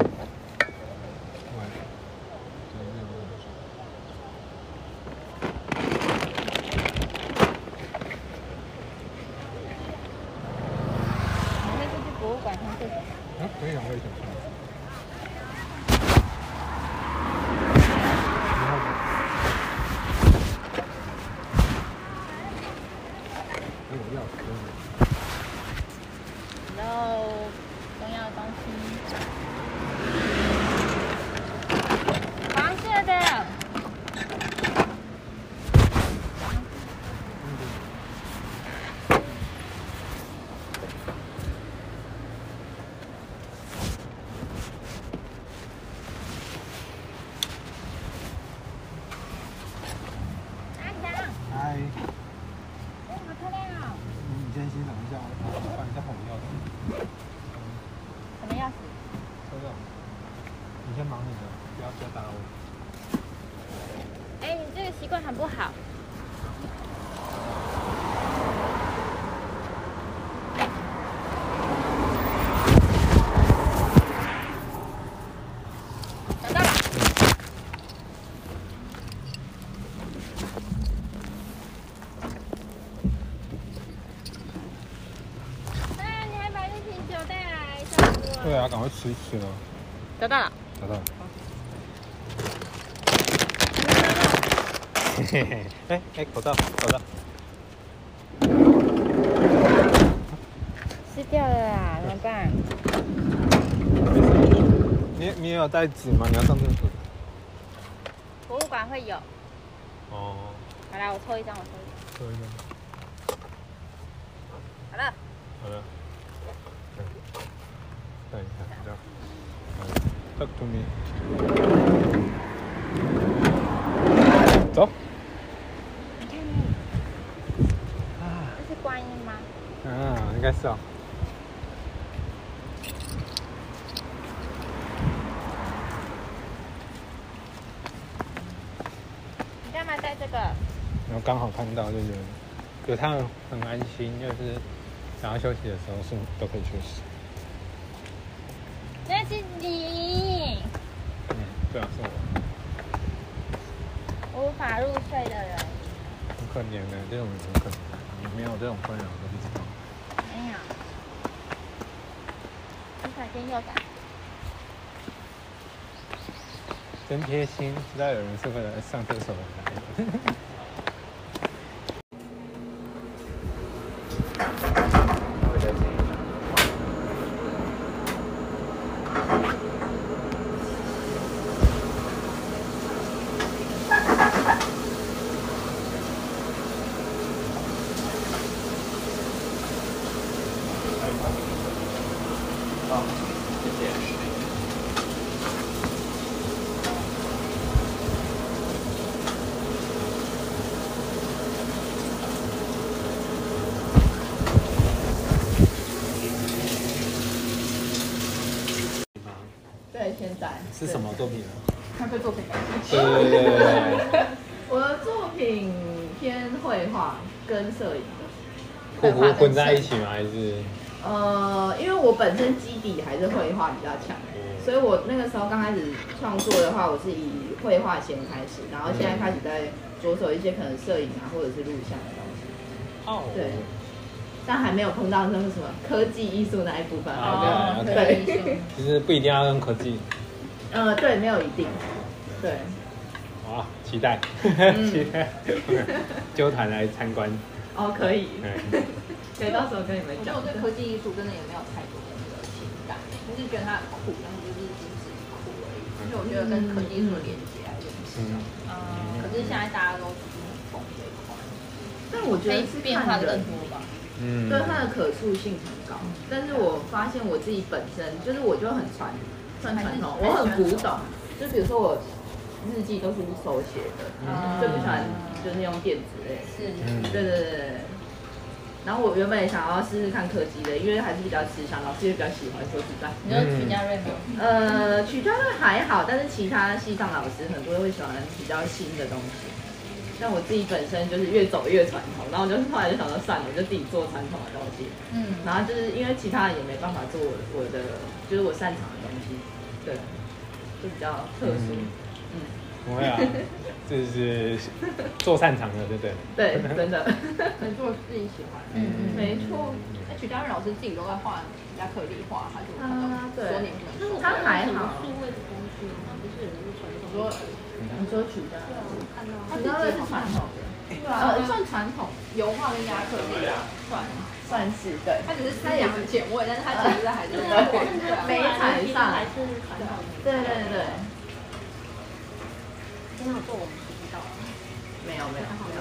可以两个一起吃。有钥匙。 然后重要的东西，黄色的。 嗨， 好漂亮哦！ 你先欣赏一下，我帮你再哄钥匙。 什么钥匙？ 收到。你先忙你的，不要打扰我。 哎，你这个习惯很不好。找到了。你还把那瓶酒带来，笑死我了。 对啊，赶快吃一吃了。 找到了。 找到了。嘿嘿嘿，口罩。 吃掉了啦，怎么办？ 你也有带纸吗？你要上厕所。 博物馆会有。 哦。 好啦，我抽一张。 抽一张。 好了。 等一下，这样。Talk to me。走。 你看那里。这是观音吗？ 应该是哦。 你干嘛带这个？ 然后刚好看到，就觉得有它很安心，就是想要休息的时候是都可以休息。 那是你。 对啊，是我。 无法入睡的人。 很可怜的，这种人很可怜。你没有这种困扰都不知道。 没有。左闪跟右闪。 真贴心，知道有人是为了上厕所来的。 好，谢谢。 对，现在是什么作品呢？ 咖啡作品。 对， 我的作品偏绘画跟摄影的。 混在一起吗？还是？ 因为我本身基底还是绘画比较强，所以我那个时候刚开始创作的话，我是以绘画先开始，然后现在开始在着手一些可能摄影啊，或者是录像的东西。 哦。 对。但还没有碰到那个什么科技艺术那一部分。 对，就是不一定要用科技。 对，没有一定。对。 哇，期待，期待，纠团来参观。 哦，可以。可以到时候跟你们讲。 我对科技艺术真的也没有太多的那个情感，就是觉得它很酷，但是就是仅止于酷而已。因为我觉得跟科技艺术的连接还是很少。可是现在大家都很疯这一块。 但我觉得是变化更多吧。 对，它的可塑性很高。但是我发现我自己本身就是我就很传统，我很古董。就比如说我日记都是手写的，最不喜欢就是用电子类。 是。 对。然后我原本也想要试试看科技的，因为还是比较吃香，老师也比较喜欢。说实在， 你说曲家瑞吗？ 曲家瑞还好，但是其他系上老师很多会喜欢比较新的东西。像我自己本身就是越走越传统，然后就是后来就想说算了，我就自己做传统的东西。然后就是因为其他人也没办法做我的，就是我擅长的东西，对，就比较特殊。 不会啊，就是做擅长的，对不对？ 对，真的。 能做自己喜欢。 没错。 曲家瑞老师自己都在画亚克力画，他就说你不能说。 他还好。 数位的工具吗？不是，是传统。 你说曲家瑞，曲家瑞是传统的。 对啊， 算传统。 油画跟亚克力啊， 算是对。 他只是思想很前卫，但是他其实还是美彩上还是传统。 对。 真的有做我们不知道。 没有。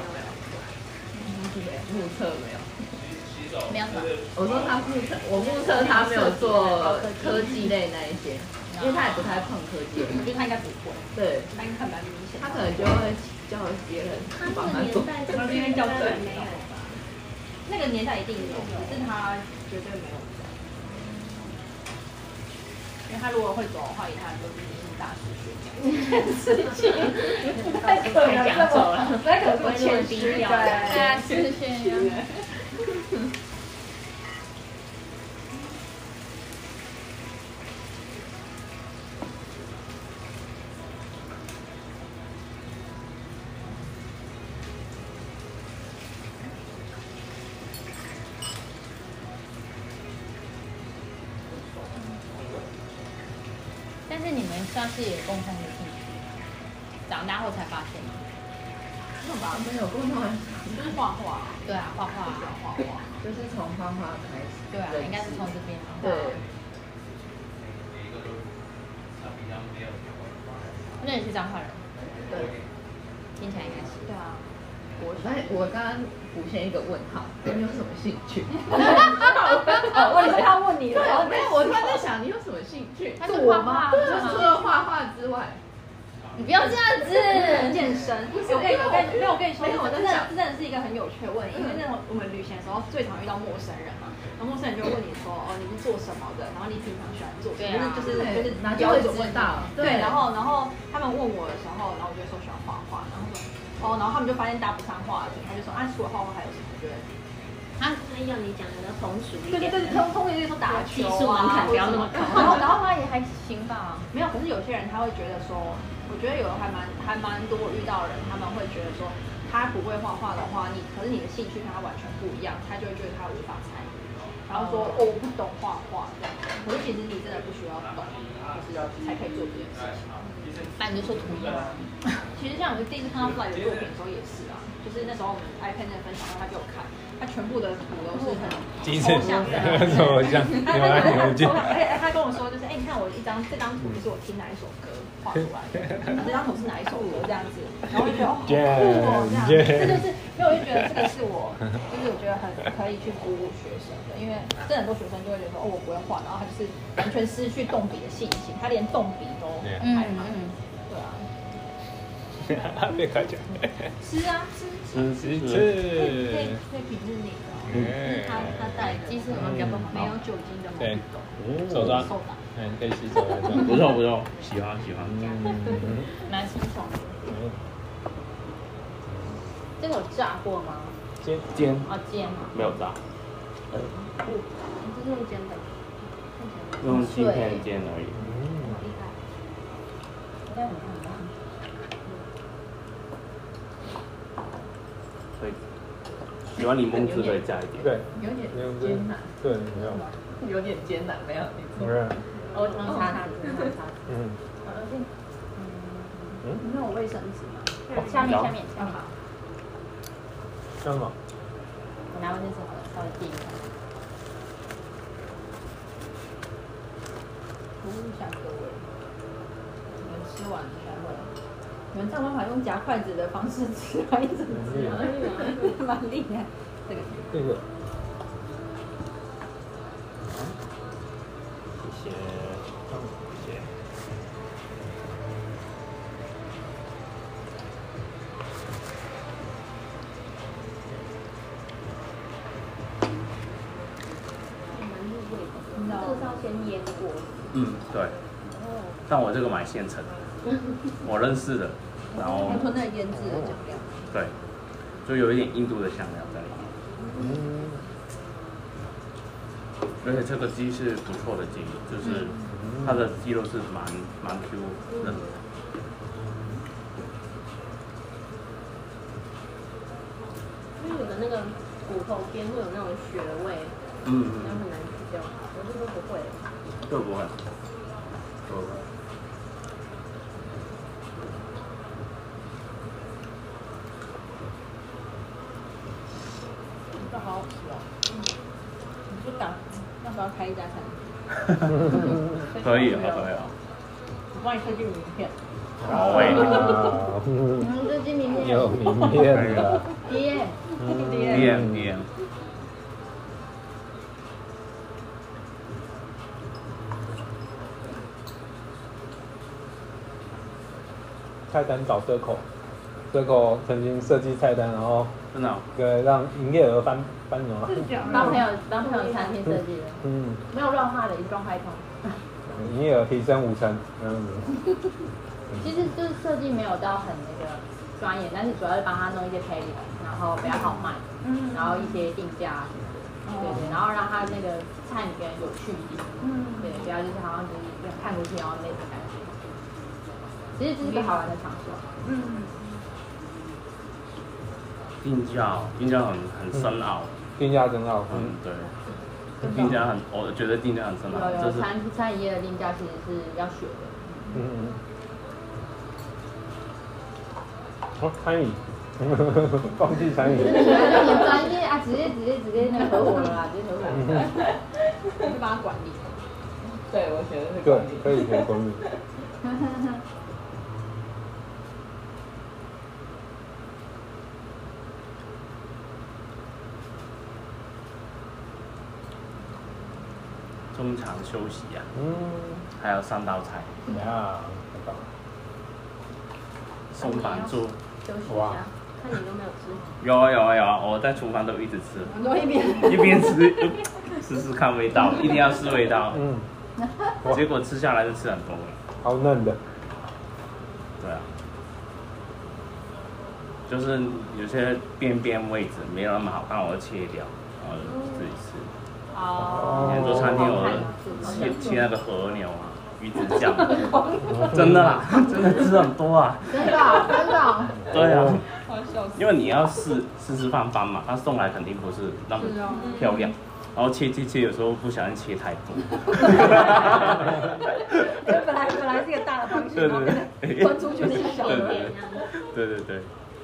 目测没有。 没有什么。 我说他目测他没有做科技类那一些，因为他也不太碰科技。 我觉得他应该不会。对，他应该蛮明显。 他可能就会叫别人帮他做。 他应该叫对没有吧？那个年代一定有，只是他绝对没有走。因为他如果会走的话，以他就是大师学讲事情，太可能这么，那可能谦虚掉， 大师炫耀。但是你们算是有共同的兴趣，长大后才发现吗？ 没有吧？没有共同的， 就是画画。 对啊，画画， 就是从画画开始。 对啊，应该是从这边。 对。 那你是彰化人？ 对。 听起来应该是。 对啊。 我刚刚浮现一个问号，你有什么兴趣？ 他问你了， 我突然在想，你有什么兴趣？ 他是画画， 除了画画之外， 你不要这样子。 健身，我跟你说，真的是一个很有趣的问题，因为那种我们旅行的时候最常遇到陌生人嘛，然后陌生人就会问你说，哦，你是做什么的？然后你平常喜欢做什么？就是标准问到。对，然后他们问我的时候，然后我就说喜欢画画，然后他们就发现搭不上话题，他就说啊，除了画画还有什么？对。 他要你讲的通俗一点， 对，通俗一点说打球技术门槛不要那么高。 然后他也还行吧， 没有。可是有些人他会觉得说，我觉得有的还蛮多遇到的人，他们会觉得说，他不会画画的话，可是你的兴趣跟他完全不一样，他就会觉得他无法参与，然后说我不懂画画这样。可是其实你真的不需要懂，就是才可以做这件事情。 那你就说图吗？ 其实像我第一次看到 Fly 的作品的时候也是啊，就是那时候我们 iPad 那分享，他给我看。他全部的图都是很抽象的， 怎么像？ 他跟我说就是，你看这张图就是我听哪一首歌画出来的，这张图是哪一首歌这样子，然后我就觉得哦，好酷哦，这样，这就是因为我就觉得这个是我，就是我觉得很可以去鼓舞学生的，因为真的很多学生就会觉得说，哦，我不会画，然后他就是完全失去动笔的信心，他连动笔都害怕。对啊。 别开讲。 吃啊吃。可以平日那个。他带其实我们比较不好， 没有酒精的毛对，手抓，可以洗手来着。 不错不错，喜欢。 蛮清爽的。 这个有炸过吗？ 煎哦，煎吗？ 没有炸， 这是用煎的， 用镜片煎而已。 好厉害，应该很棒。 所以喜欢柠檬汁可以加一点。 对， 有点艰难， 对，没有， 有点艰难，没有你错。 我常擦它， 没有卫生纸吗？ 下面。 这样吗？ 我拿卫生纸好了，稍微递一下。 服务一下各位，你们吃完才会。你们这样办法用夹筷子的方式吃完一整只，蛮厉害。这个。 谢谢。 这个是要先腌过。 对。但我这个买现成，我认识的，然后还吞那腌制的酱料。 对，就有一点印度的香料在里面。而且这个鸡是不错的鸡，就是它的鸡肉是蛮 Q 嫩的。 因为有的那个骨头边会有那种血味，那很难吃掉。我这个不会。 这不会。 这好好吃哦。你不敢，要不要开一家餐厅？ 可以啊。 我帮你设计名片。 好诶。 设计名片。 有名片的。 DM。 菜单找Circle曾经设计菜单，然后真的让营业额翻什么？ 帮朋友餐厅设计的，没有乱画的，一状开通。 营业额提升50%，这样子。 其实就是设计没有到很那个专业，但是主要是帮他弄一些配料，然后比较好卖，然后一些定价，对，然后让他那个菜里边有趣一点，对，不要就是好像就是看过去然后那种感觉。其实这是个好玩的场所。 定价很深奥。 定价真好。 对。定价我觉得定价很深奥。 有餐饮业的定价其实是要学的。 餐饮，放弃餐饮。 很专业啊，直接那个合伙了啦，直接合伙了。 就帮他管理。 对，我觉得是管理。 可以管理。 中场休息啊，还有3道菜， 很棒。 松板猪， 休息一下，看你都没有吃。 有啊，我在厨房都一直吃，一边吃试看味道，一定要试味道。结果吃下来就吃很多了。 好嫩的。 对啊，就是有些边位置没有那么好看，我就切掉，然后自己吃。很多餐厅我切那个和牛啊，鱼子酱，真的啦，真的吃很多啊。 真的。 对啊，因为你要试饭班嘛，他送来肯定不是那么漂亮，然后切，有时候不小心切太多。 本来是一个大的方式，然后分出去是小的。 对。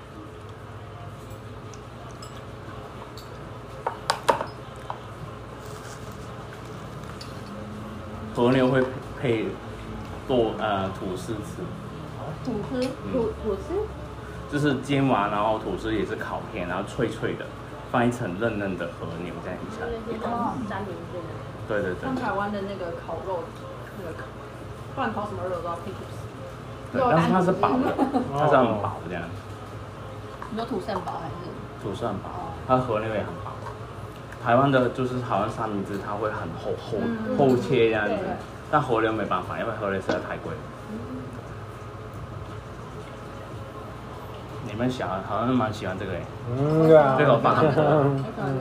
和牛会配吐司吃。 吐司？ 就是煎完，然后吐司也是烤片，然后脆脆的，放一层嫩嫩的和牛在底下。 沾名字的。 对对对。 像台湾的那个烤肉，那个不管烤什么肉都要配吐司。 对，但是它是薄的，它是很薄这样。 你说吐司很薄还是？ 吐司很薄，它和牛也很薄。台湾的就是好像三明治，它会很厚切这样子，但和牛没办法，因为和牛实在太贵了。你们好像蛮喜欢这个耶，这个我放很多。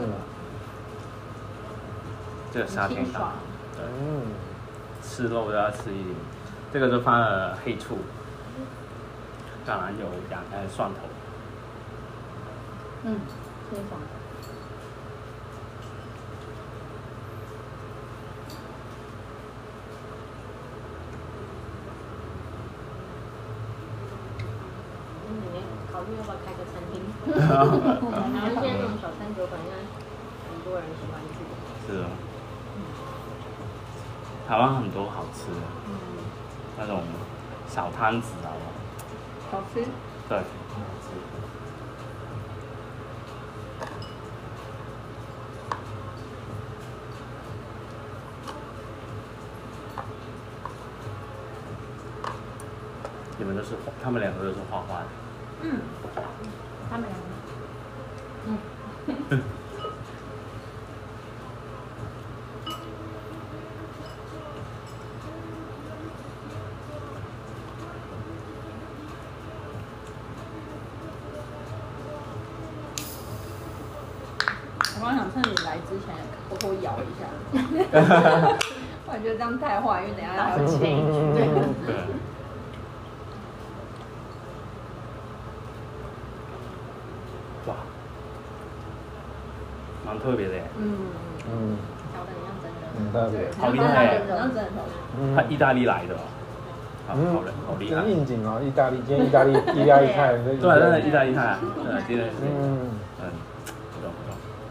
这个沙天档，对，吃肉都要吃一点。这个就放了黑醋、橄榄油、蒜头。 清爽。考虑要不要开个餐厅？然后现在那种小餐酒馆，应该很多人喜欢去。 是哦。台湾很多好吃的，那种小摊子啊。 好吃。 对。你们都是他们两个都是画画的。 他们两个。 我刚想趁你来之前偷偷摇一下，我觉得这样太坏，因为等一下还要切一句。 对。哇，蛮特别的耶。 调的像真的。 很特别。 好厉害耶！ 像真的调的。 他意大利来的哦。好厉害。 应景哦，意大利，今天意大利菜。 对，真的意大利菜啊，对，今天是。不懂。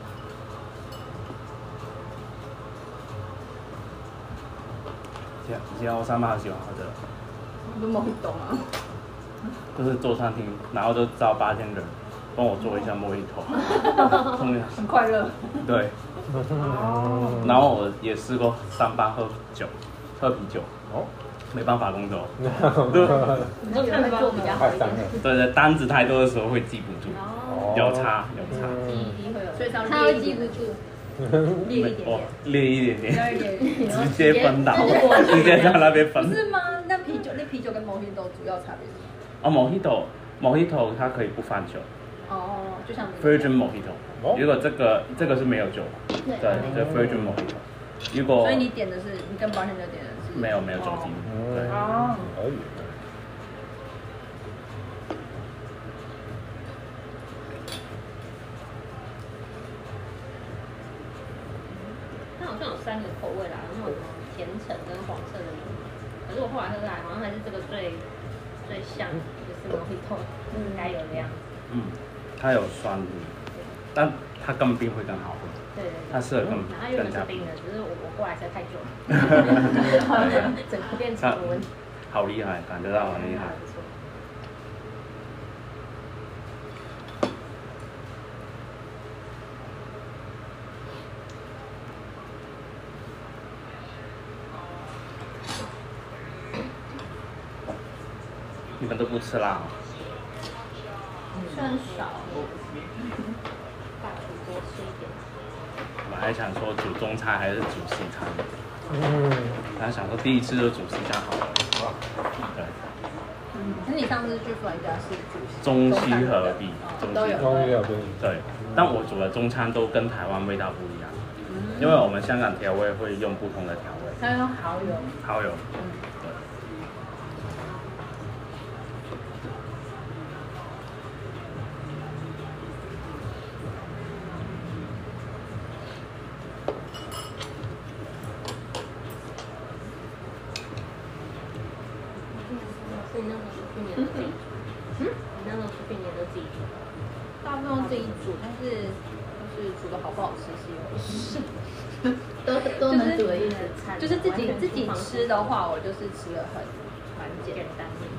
以前我上班很喜欢喝的。 你都没懂啊？ 就是做餐厅，然后就找bartender帮我做一下莫吉托， 很快乐。 对。然后我也试过上班喝啤酒。没办法工作。 你就看做比较好一点。 对，单子太多的时候会记不住，有差。 记忆力会有， 所以他会记不住。 列一点点，直接分倒，直接在那边分。 不是吗？那啤酒跟 Mojito 主要差别是什么？Mojito 它可以不放酒。 就像 Virgin Mojito。如果这个是没有酒，对，这 Virgin Mojito。如果所以你点的是你跟 bartender 点的是没有酒精，对。 可以。 它好像有3个口味啦，那种甜橙跟黄色的柠檬。可是我后来喝来，好像还是这个最像，就是 Mojito 该有的样子。 它有酸度，但它更冰会更好喝。 对。 它适合更它原本是冰的，只是我过来实在太久了，整个变成温。 好厉害，感觉到很厉害。你们都不吃辣？ 虽然少，大厨多吃一点。 我还想说煮中餐还是煮西餐，然后想说第一次就煮西餐好了。对。 那你上次去弗兰家是煮中西合璧， 都有。 对，但我煮的中餐都跟台湾味道不一样，因为我们香港调味会用不同的调味。 它用蚝油。 所以那时候是去年的自己煮。你那时候是去年的自己煮。 大部分自己煮，但是就是煮的好不好吃是一回事。 都能煮的一个餐。 就是自己吃的话，我就是吃的蛮简单的。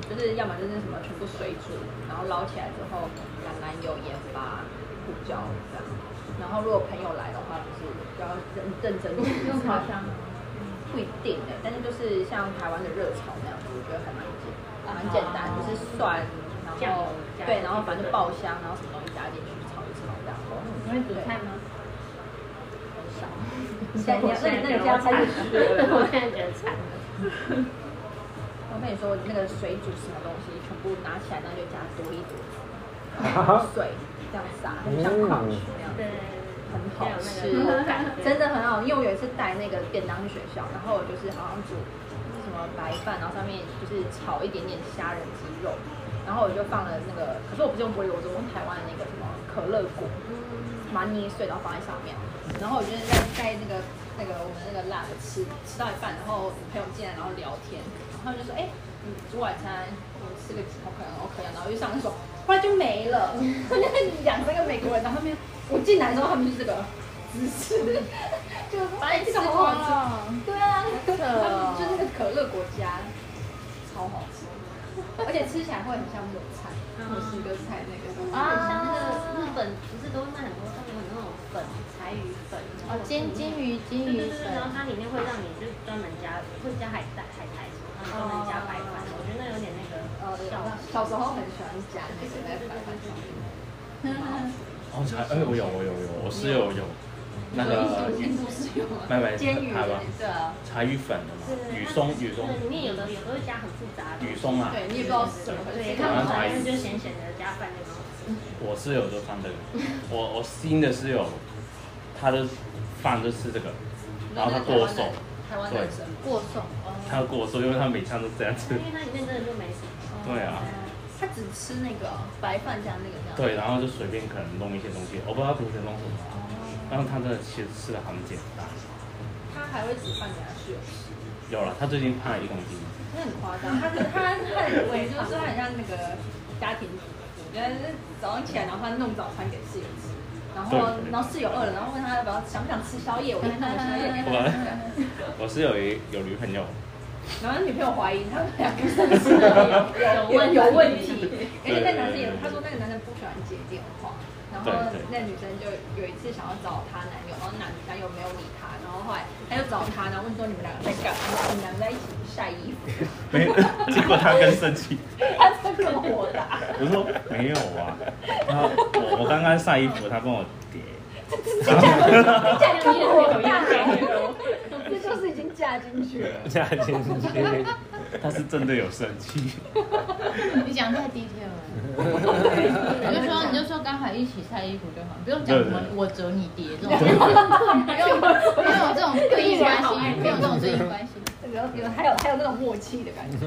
就是要么就是什么全部水煮，然后捞起来之后橄榄油、盐巴、胡椒这样。然后如果朋友来的话，就是要认真用烤箱吗？ 不一定的，但是就是像台湾的热炒那样子，我觉得还蛮简单，就是蒜，然后对，然后反正就爆香，然后什么东西加进去炒一炒这样。 你会煮菜吗？ 很少。那你家开始学了？ 我现在觉得惨了。 我跟你说，那个水煮什么东西，全部拿起来，然后就加多一点水，这样撒，很像矿泉那样。 对。 很好吃，真的很好。因为我有一次带那个便当去学校，然后我就是好像煮什么白饭，然后上面就是炒一点点虾仁鸡肉，然后我就放了那个，可是我不是用玻璃，我是用台湾的那个什么可乐果，把它捏碎，然后放在上面。然后我就是在那个我们那个 lab 吃到一半，然后朋友进来，然后聊天，然后就说，哎，你煮晚餐，我吃个OK，然后就上厕所，后来就没了，2-3个美国人，然后我进来之后，他们就是这个姿势，就把你吃光了。对啊，他们就那个可乐果加，超好吃，而且吃起来会很像抹菜，墨西哥菜那个。 像那个日本不是都会卖很多上面有那种粉，柴鱼粉， 金鱼粉， 然后它里面会让你就专门加，会加海苔什么，然后专门加白饭，我觉得那有点那个小时候很喜欢加那个在白饭上面。 哦，我有，我室友有那个卖煎鱼，对啊， 柴鱼粉的嘛，雨松， 里面有的会加很复杂的雨松嘛， 对，你也不知道是什么， 对，他们反正就咸的加饭就很好吃。 我室友就放这个，我新的室友，他的饭就吃这个，然后他过瘦， 对， 过瘦， 他过瘦，因为他每餐都这样吃。 因为它里面真的就没什么。 对啊。 他只吃那个白饭加那个这样。 对，然后就随便可能弄一些东西，我不知道平时弄什么，然后他真的其实吃的很简单。 他还会煮饭给他室友吃。 有了，他最近胖了1公斤。 那很夸张，他很微，就是他很像那个家庭主妇，就是早上起来然后他弄早餐给室友吃，然后室友饿了，然后问他想不想吃宵夜，我给他弄宵夜给他吃。 我室友有女朋友。 然后女朋友怀疑他们2个是不是有问题，而且那男生他说那个男生不喜欢接电话，然后那女生就有一次想要找她男友，然后男友没有理她，然后后来他就找她，然后问说你们2个在干嘛？你们2个在一起晒衣服？ 没有，结果他更生气， 他这个火大。我说没有啊，我刚刚晒衣服，他跟我叠。 这样更火大，这就是已经嫁进去了。 嫁进去，他是真的有生气。 你讲太 detail 了，你就说刚好一起晒衣服就好，不用讲什么我折你叠这种，没有这种对应关系，没有这种对应关系。 还有那种默契的感觉。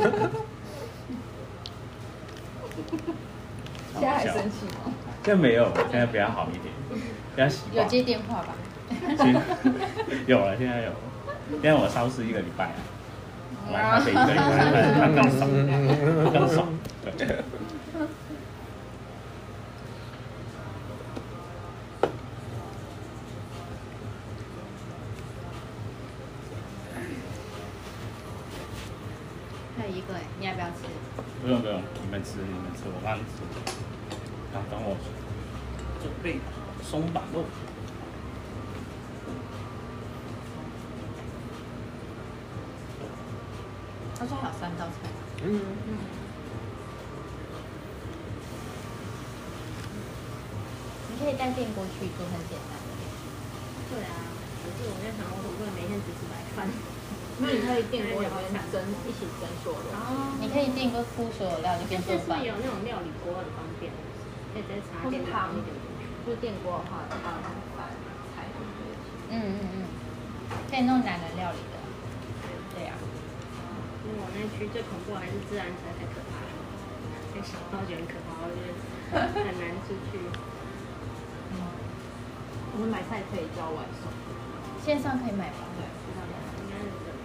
现在还生气吗？ 现在没有，现在比较好一点，比较习惯。 有接电话吧？ 有了，现在有。现在我消失1个礼拜啊，我来台北1个礼拜，他更爽，对。 还有1个你要不要吃？ 不用，你们吃，我刚吃。等我准备松板肉。 他说还有3道菜。你可以带电锅去做，很简单的。 对啊，可是我在想，我总不能每天只吃白饭。 因为你可以电锅里面一起蒸所有的。 你可以电锅铺所有料，就变做饭。 是有那种料理锅很方便，可以直接插电汤一点。 就是电锅的话，汤、饭、菜都可以。 可以弄男人料理的。对呀。 因为我那区最恐怖还是自然灾太可怕了，那想到觉得很可怕，我觉得很难出去。 我们买菜可以叫外送， 线上可以买吧？ 对，线上应该是的。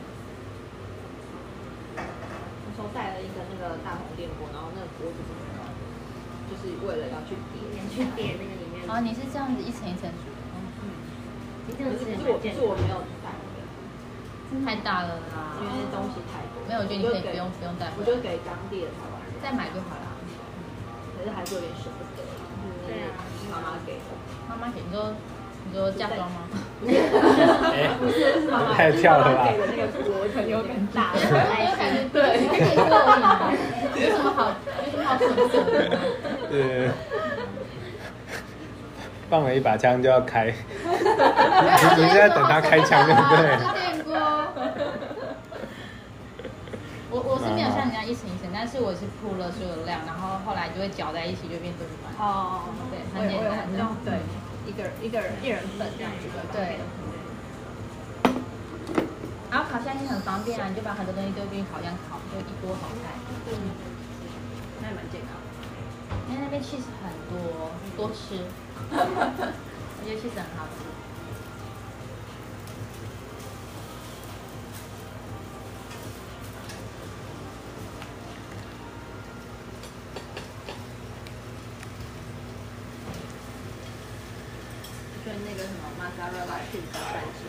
那时候带了一个那个大红电锅，然后那个锅子怎么弄？就是为了要去叠那个里面。 哦，你是这样子一层一层煮的。 你这样子是我没有带的。 真太大了啦， 因为东西太多。 没有，我觉得你可以不用带回来， 我就给当地的台湾人再买就好了。 可是还是有点舍不得。对啊，妈妈给的。 妈妈给你说嫁妆吗？ 不是，是妈妈太跳了吧给的那个锅很有点大， 对，而且过瘾，有什么好损失的？ 对，放了一把枪就要开，你是在等他开枪对不对？ 电锅。我是没有像人家一层一层，但是我是铺了所有的量，然后后来就会搅在一起，就变炖饭。 哦， 对，很简单的。 对，一人份这样子的。 对。然后烤箱也很方便啊，你就把很多东西丢进烤箱烤，就一锅好菜。 那也蛮健康。 因为那边cheese很多，多吃。我觉得cheese很好吃。 跟那个什么玛莎拉拉去在一起，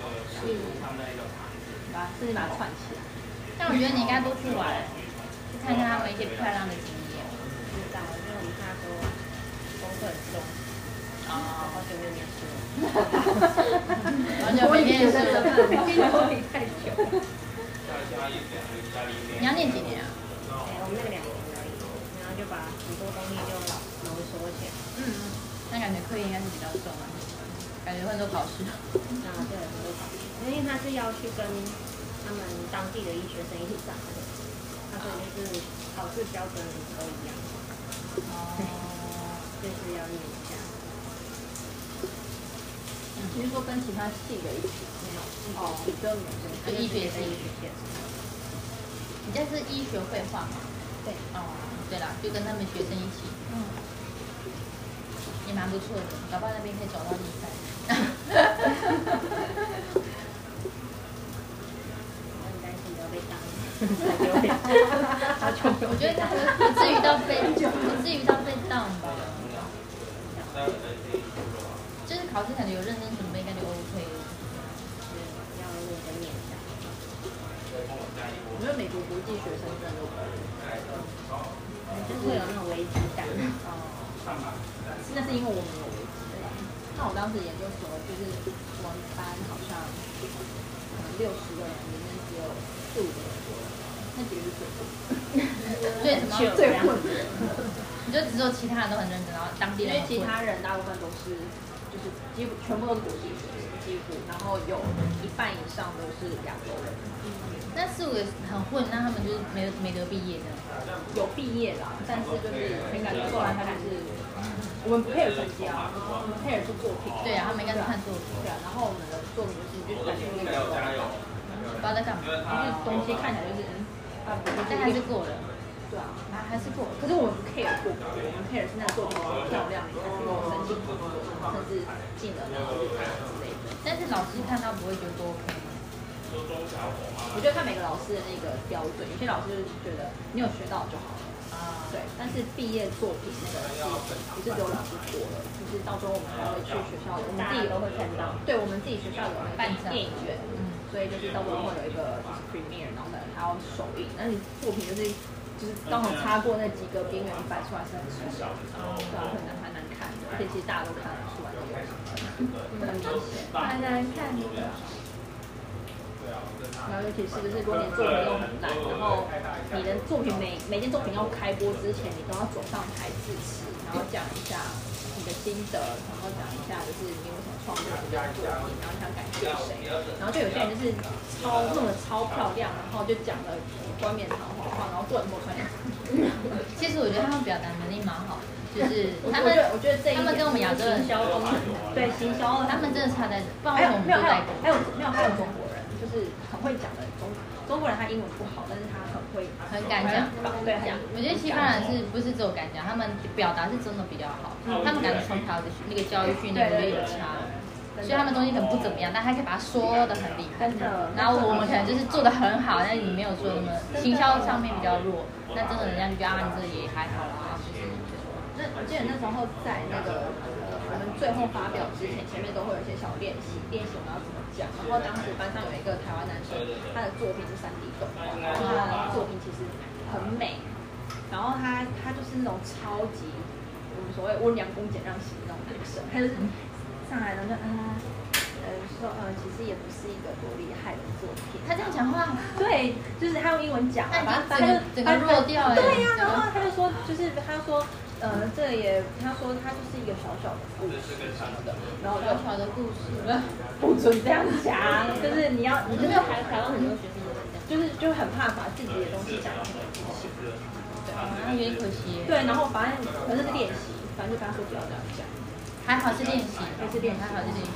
是你把它串起来。 但我觉得你应该多去玩，去看看他们一些漂亮的景点。 知道，因为我们怕说功课很重，好久没有念书了， 完全没念书了， 太久。 你要念几年啊？ 我们那个2年而已，然后就把很多东西就浓缩起来。 那感觉课业应该是比较重啊，感觉会很多考试。 对，很多考试，因为他是要去跟他们当地的医学生一起上课，所以就是考试标准都一样。就是要念一下。 你是说跟其他系的一起？没有。哦，就没有。 就医学系。你这是医学绘画吗？ 对。 哦，对啦，就跟他们学生一起。也蛮不错的，搞不好那边可以找到比赛。 很担心不要被当。 我觉得不至于到被当吧。就是考试感觉有认真准备，应该就 OK 了。 要认真念一下。 我觉得美国国际学生证都可以。 就是会有那种危机感。 那是因为我们有危机感。那我当时研究所就是我们班好像可能60个人，里面只有4、5个人多了，那几个是最混的。 对，什么最混的。 你就只有其他人都很认真，然后当地人。 因为其他人大部分都是就是几乎全部都是国际学生，几乎，然后有1半以上都是亚洲人。 那4、5个很混，那他们就是没得毕业的。 有毕业啦，但是就是很感觉后来他就是我们不配有成绩啊，我们配的是作品。 对啊，他们应该是看作品。 对啊，然后我们的作品就是感觉不知道在干嘛， 就是东西看起来就是但还是过了。 对啊， 还是过了。 可是我们不 care 过，我们 care 是那个作品漂亮，你才能够申请工作，甚至进了那个之类的。 但是老师看到不会觉得不 OK 吗？ 我觉得看每个老师的那个标准，有些老师就是觉得你有学到就好了。对，但是毕业作品那个不是只有老师做了，就是到时候我们还会去学校，我们自己都会看到。 对，我们自己学校有那个电影院，所以就是到时候会有一个就是 premiere， 然后呢还要首映，那你作品就是刚好擦过那几个边缘摆出来是很丑的，对啊，很难看的，而且其实大家都看得出来那个很明显， 蛮难看的。 然后尤其是就是如果你的作品又很烂，然后你的作品每件作品要开播之前，你都要走上台致辞，然后讲一下你的心得，然后讲一下就是你为什么创作这件作品，然后想感谢谁，然后就有些人就是弄得超漂亮，然后就讲了冠冕堂皇话，然后做很多穿脸。 其实我觉得他们表达能力蛮好的，就是他觉得他们跟我们亚洲人行销工程，对行销， 他们真的差在，不然为什么我们都在还有中国人。就是很会讲的中国人，他英文不好，但是他很敢讲。 对， 我觉得西方人是不是只有敢讲，他们表达是真的比较好，他们感觉从小的那个教育训练我觉得有差，所以他们东西可能不怎么样，但他可以把它说的很厉害。然后我们可能就是做的很好，但是你没有说那么行销上面比较弱，那真的人家就觉得啊你这也还好啦，就是。 那我记得那时候在那个我们最后发表之前，前面都会有一些小练习，练习我们要怎么讲。然后当时班上有一个台湾男生，他的作品是3D 动画，然后他的作品其实很美，然后他就是那种超级我们所谓温良恭俭让型的那种男生，他就是上来然后就说其实也不是一个多厉害的作品。 他这样讲话， 对，就是他用英文讲，反正整个弱掉对呀，然后他就说，就是他说。这也，他说他就是一个小小的故事什么的，然后小小的故事， 不准这样讲，就是你要， 你真的台湾很多学生都是这样， 就很怕把自己的东西讲得很有自信， 对，有点可惜。 对，然后反正是练习，反正就跟他说不要这样讲， 还好是练习， 还是练习， 还好是练习。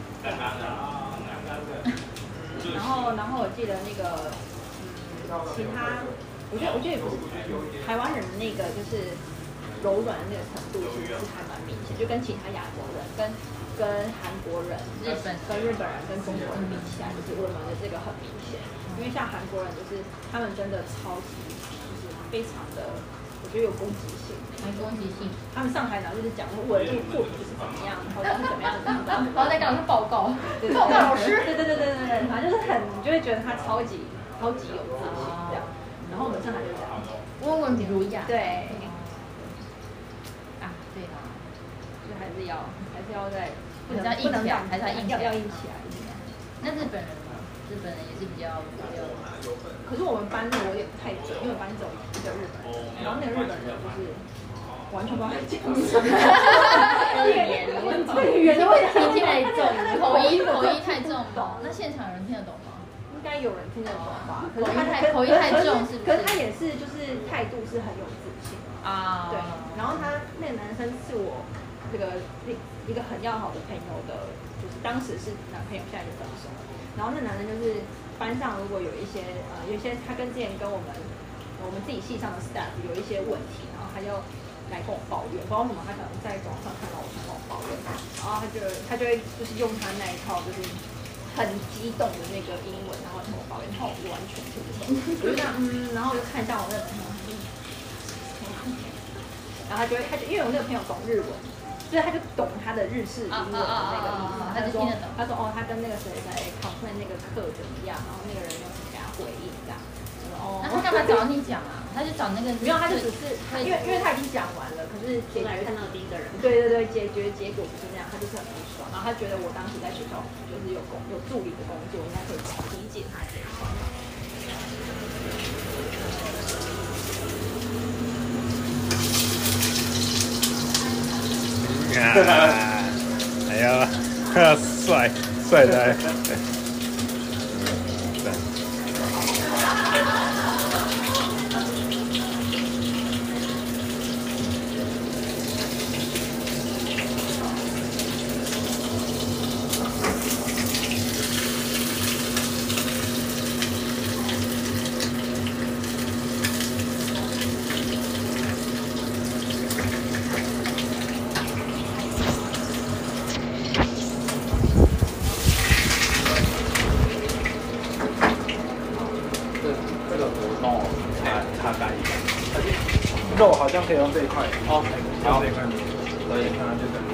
然后我记得那个，其他，我觉得也不是台湾人的那个就是。柔软的那个程度其实是还蛮明显，就跟其他亚洲人、跟韩国人、日本人跟中国人比起来，就是我们的这个很明显。因为像韩国人，就是他们真的超级，就是非常的，我觉得有攻击性。 攻击性。 他们上台然后就是讲我的这个作品就是怎么样，然后就是怎么样， 然后再跟老师报告， 报告老师。对，反正就是很，你就会觉得他超级有自信这样。然后我们上台就这样， 温文儒雅。 对。 对啦， 就还是要在不能硬起来，还是要硬起来。 那日本人呢？日本人也是比较。 可是我们班我有点不太准，因为我班只有一个日本人，然后那个日本人就是完全不知道在讲什么。 语言的问题， 语言的问题太重， 口音太重。那现场有人听得懂吗？ 应该有人听得懂吧？ 口音太重是不是？ 可是他也是，就是态度是很有自信。对，然后他那个男生是我这个一个很要好的朋友的，就是当时是男朋友，现在就分手了。然后那男生就是班上如果有一些他跟之前跟我们自己系上的 staff 有一些问题，然后他就来跟我抱怨，不知道为什么他可能在网上看到我想跟我抱怨，然后他就会就是用他那一套就是很激动的那个英文，然后跟我抱怨，然后我完全听不懂，我就这样然后我就看一下我那个朋友。然后他就因为我那个朋友懂日文，所以他就懂他的日式英文的那个意思。 他就听得懂。 他说他跟那个谁在 complain 那个课怎么样，然后那个人又怎么给他回应这样。 那他干嘛找你讲啊？他就找那个没有，他就只是因为他已经讲完了，可是后来看到第一个人。 对，解决结果不是那样，他就是很不爽。然后他觉得我当时在学校就是有助理的工作，应该可以理解他这一块。 哎呀，帅的。肉好像可以用这一块哦，用这一块，可以，那就这样。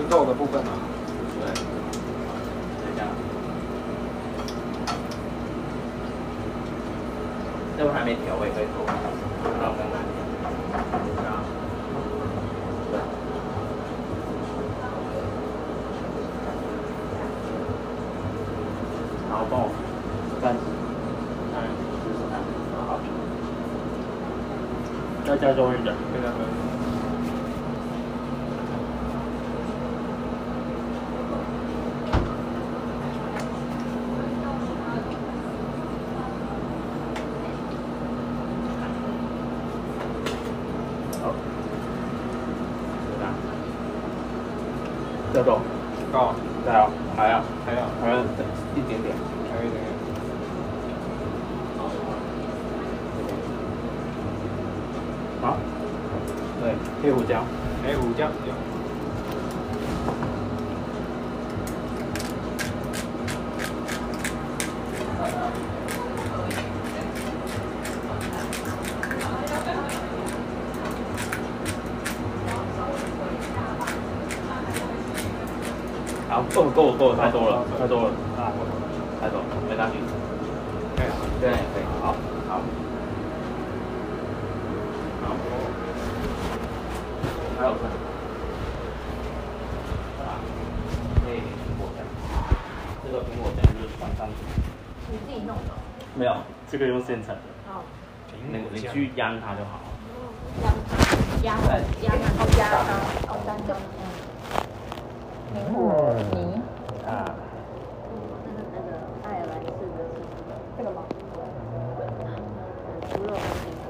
肉的部分嘛。 对，这样。这会还没调味，可以做，然后更难点。然后帮我干试试看，好。要加多一点， 非常多。 好，这种高， 再有，还要一点点， 还有一点点。 好，对，黑胡椒， 黑胡椒有。 好，够了，太多了啊，太多了，没关系。 对， 对，好。还有呢？配苹果酱，这个苹果酱就是放上去。 你自己弄的？ 没有，这个用现成的。 哦。 那个你去腌它就好了。 压它，单的。苹果泥。 啊。 那个爱尔兰式的这个吗？ 猪肉。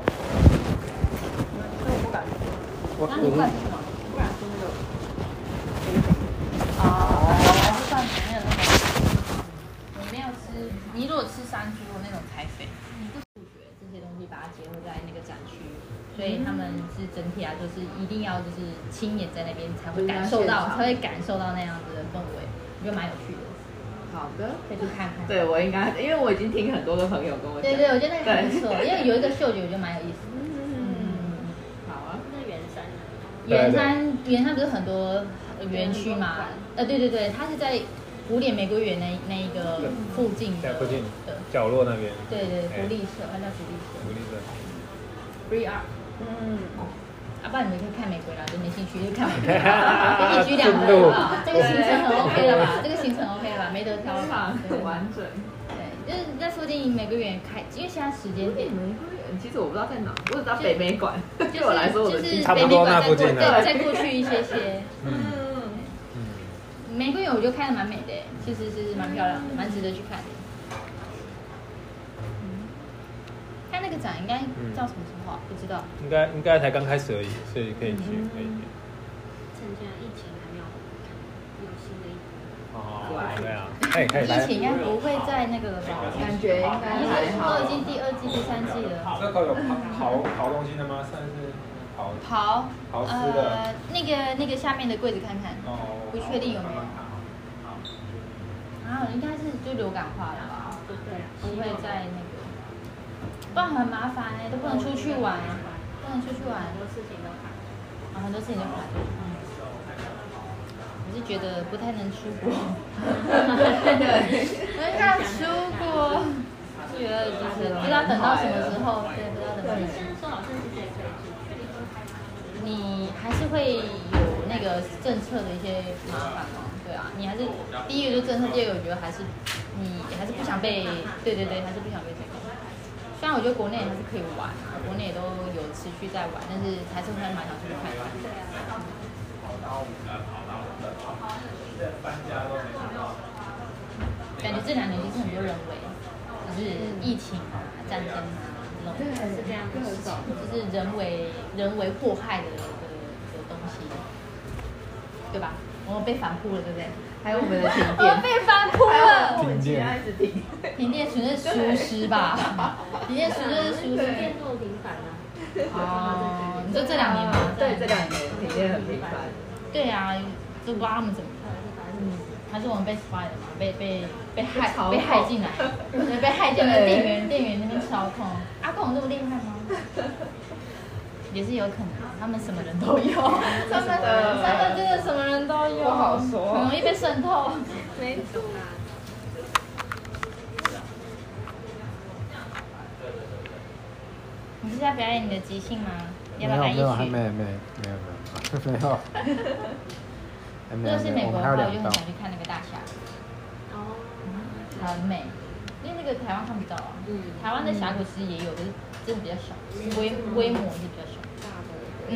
所以不敢吃。 那你不敢吃什么？ 不敢吃那个。 还是算前面的那种。你没有吃，你如果吃山猪的那种才肥。数学这些东西把它结合在那个展区，所以他们是整体来说是一定要就是亲眼在那边才会感受到那样子的氛围，我觉得蛮有趣的。 好的， 可以去看看。 对，我应该，因为我已经听很多的朋友跟我讲。 对，我觉得那个很不错，因为有一个嗅觉，我觉得蛮有意思的。 好啊。 那圆山。 圆山不是很多园区嘛？对，它是在古典玫瑰园那一个附近的。 在附近的角落那边。 对，福利社，它叫福利社。 福利社。 Free Art。不然你们可以看玫瑰啦，就没兴趣就看玫瑰啦，一举两得吧。这个行程很 OK 了吧？没得挑吧？ 很完整。 对，就是在附近玫瑰园开，因为现在时间点。 玫瑰园其实我不知道在哪，我只知道北美馆。对我来说， 就是差不多那附近的。 再过去一些。玫瑰园我觉得开的蛮美的，其实是蛮漂亮的，蛮值得去看的。看那个展应该叫什么时候啊？不知道。 应该才刚开始而已，所以可以去。 趁现在疫情还没有新的一波。 对啊。疫情应该不会在那个了吧？ 感觉应该还好。 都已经第2季、第3季了。 这口有刨东西的吗？算是刨吃的。 那个下面的柜子看看。不确定有没有。应该是就流感化了吧？ 对， 不会在那个。不然很麻烦都不能出去玩，很多事情都卡。很多事情都卡。我是觉得不太能出国。对，很想出国。觉得就是不知道等到什么时候，对，不知道等到什么时候。 说好像是这可以去， 你还是会有那个政策的一些麻烦吗？对啊，你还是第一个就政策，第二个我觉得还是你还是不想被，对，还是不想被这个。虽然我觉得国内还是可以玩啊，国内也都有持续在玩，但是还是会蛮想出去看看。感觉这2年其实很多人为，就是疫情啊、战争啊这种， 是这样的事情， 就是人为祸害的东西，对吧？我们被反扑了，对不对？ 还有我们的停电， 我们被反扑了。 停电一直停。 停电纯是疏失吧？停电纯是疏失。 停电这么频繁啊？ 你说这2年吗？ 对，这2年停电很频繁。 对啊，就不知道他们怎么看。还是我们被 spy 了嘛？被害进来，对，被害进来。店员那边操控。阿贡这么厉害吗？ 也是有可能，他们什么人都有，他们真的什么人都有， 不好说， 很容易被渗透。 没错啦。 你是要表演你的即兴吗？要不要来一曲？ 还没有。 如果是美国的话，我就很想去看那个大峡。 哦。 很美，因为那个台湾看不到啊。台湾的峡谷其实也有，可是真的比较小，规模是比较小。 大的。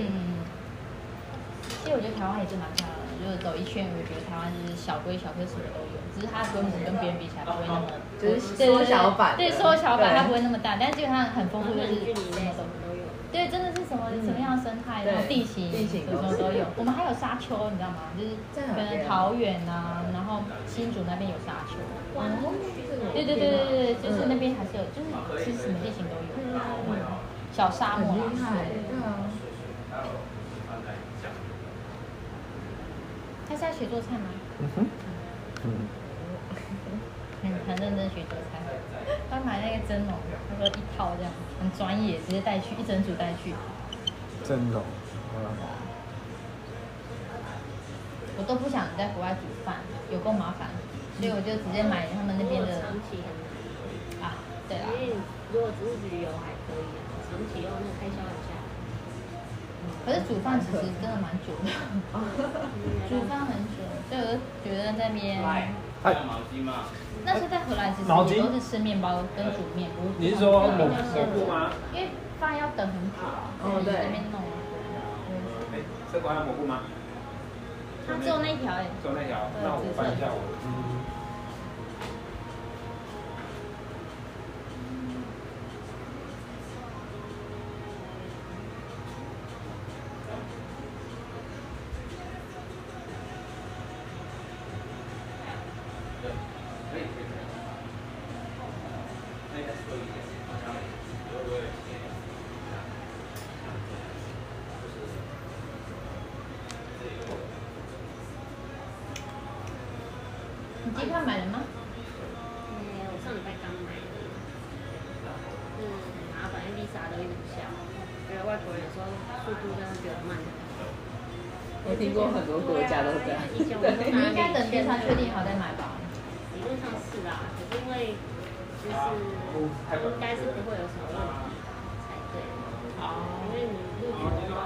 其实我觉得台湾也是蛮漂亮的，就是走一圈，我觉得台湾就是小规小规什么都有，只是它的规模跟别人比起来不会那么， 就是缩小版。 对，缩小版它不会那么大，但是基本上很丰富，就是距离内什么都有。 对，真的是什么样的生态，然后地形什么都有。我们还有沙丘，你知道吗？就是可能桃园啊，然后新竹那边有沙丘。对，就是那边还是有，就是其实什么地形都有。小沙漠。 很厉害，对啊。 他是在学做菜吗？很认真学做菜。他买那个蒸笼，他说一套这样，很专业，直接带去一整组带去。 蒸笼。 我都不想在国外煮饭，有够麻烦，所以我就直接买他们那边的。 长期很难。 啊，对啦。 因为如果只是旅游还可以，长期又那开销很下。 可是煮饭其实真的蛮久的，煮饭很久，所以我就觉得在那边。 还有毛巾吗？ 那时候在荷兰其实也都是吃面包跟煮面。 你是说蘑菇吗？ 因为饭要等很久啊，对，那边弄。 这个还有蘑菇吗？ 它只有那一条哎。 只有那条，那我翻一下我的。 你机票买了吗？ 我上礼拜刚买的。很麻烦，因为 Visa 都一直不下，觉得外国人有时候速度真的比我慢。 我听过很多国家都这样。 以前我们你应该等Visa确定好再买吧。 理论上是啦，可是因为就是应该是不会有什么问题才对。因为你入局的话，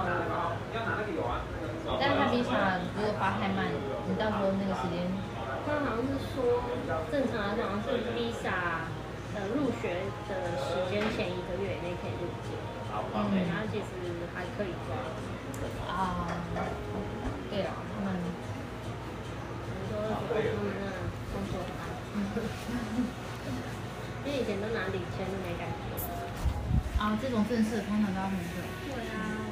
但是它 Visa 如果发太慢，你到时候那个时间。 他好像是说，正常来说好像是 Visa 入学的时间前1个月以内可以入境，然后其实还可以抓。 啊，对啊，他们。 我说觉得他们那工作很慢，因为以前都拿领签都没感觉。 啊，这种正式通常都要很久。 对啊。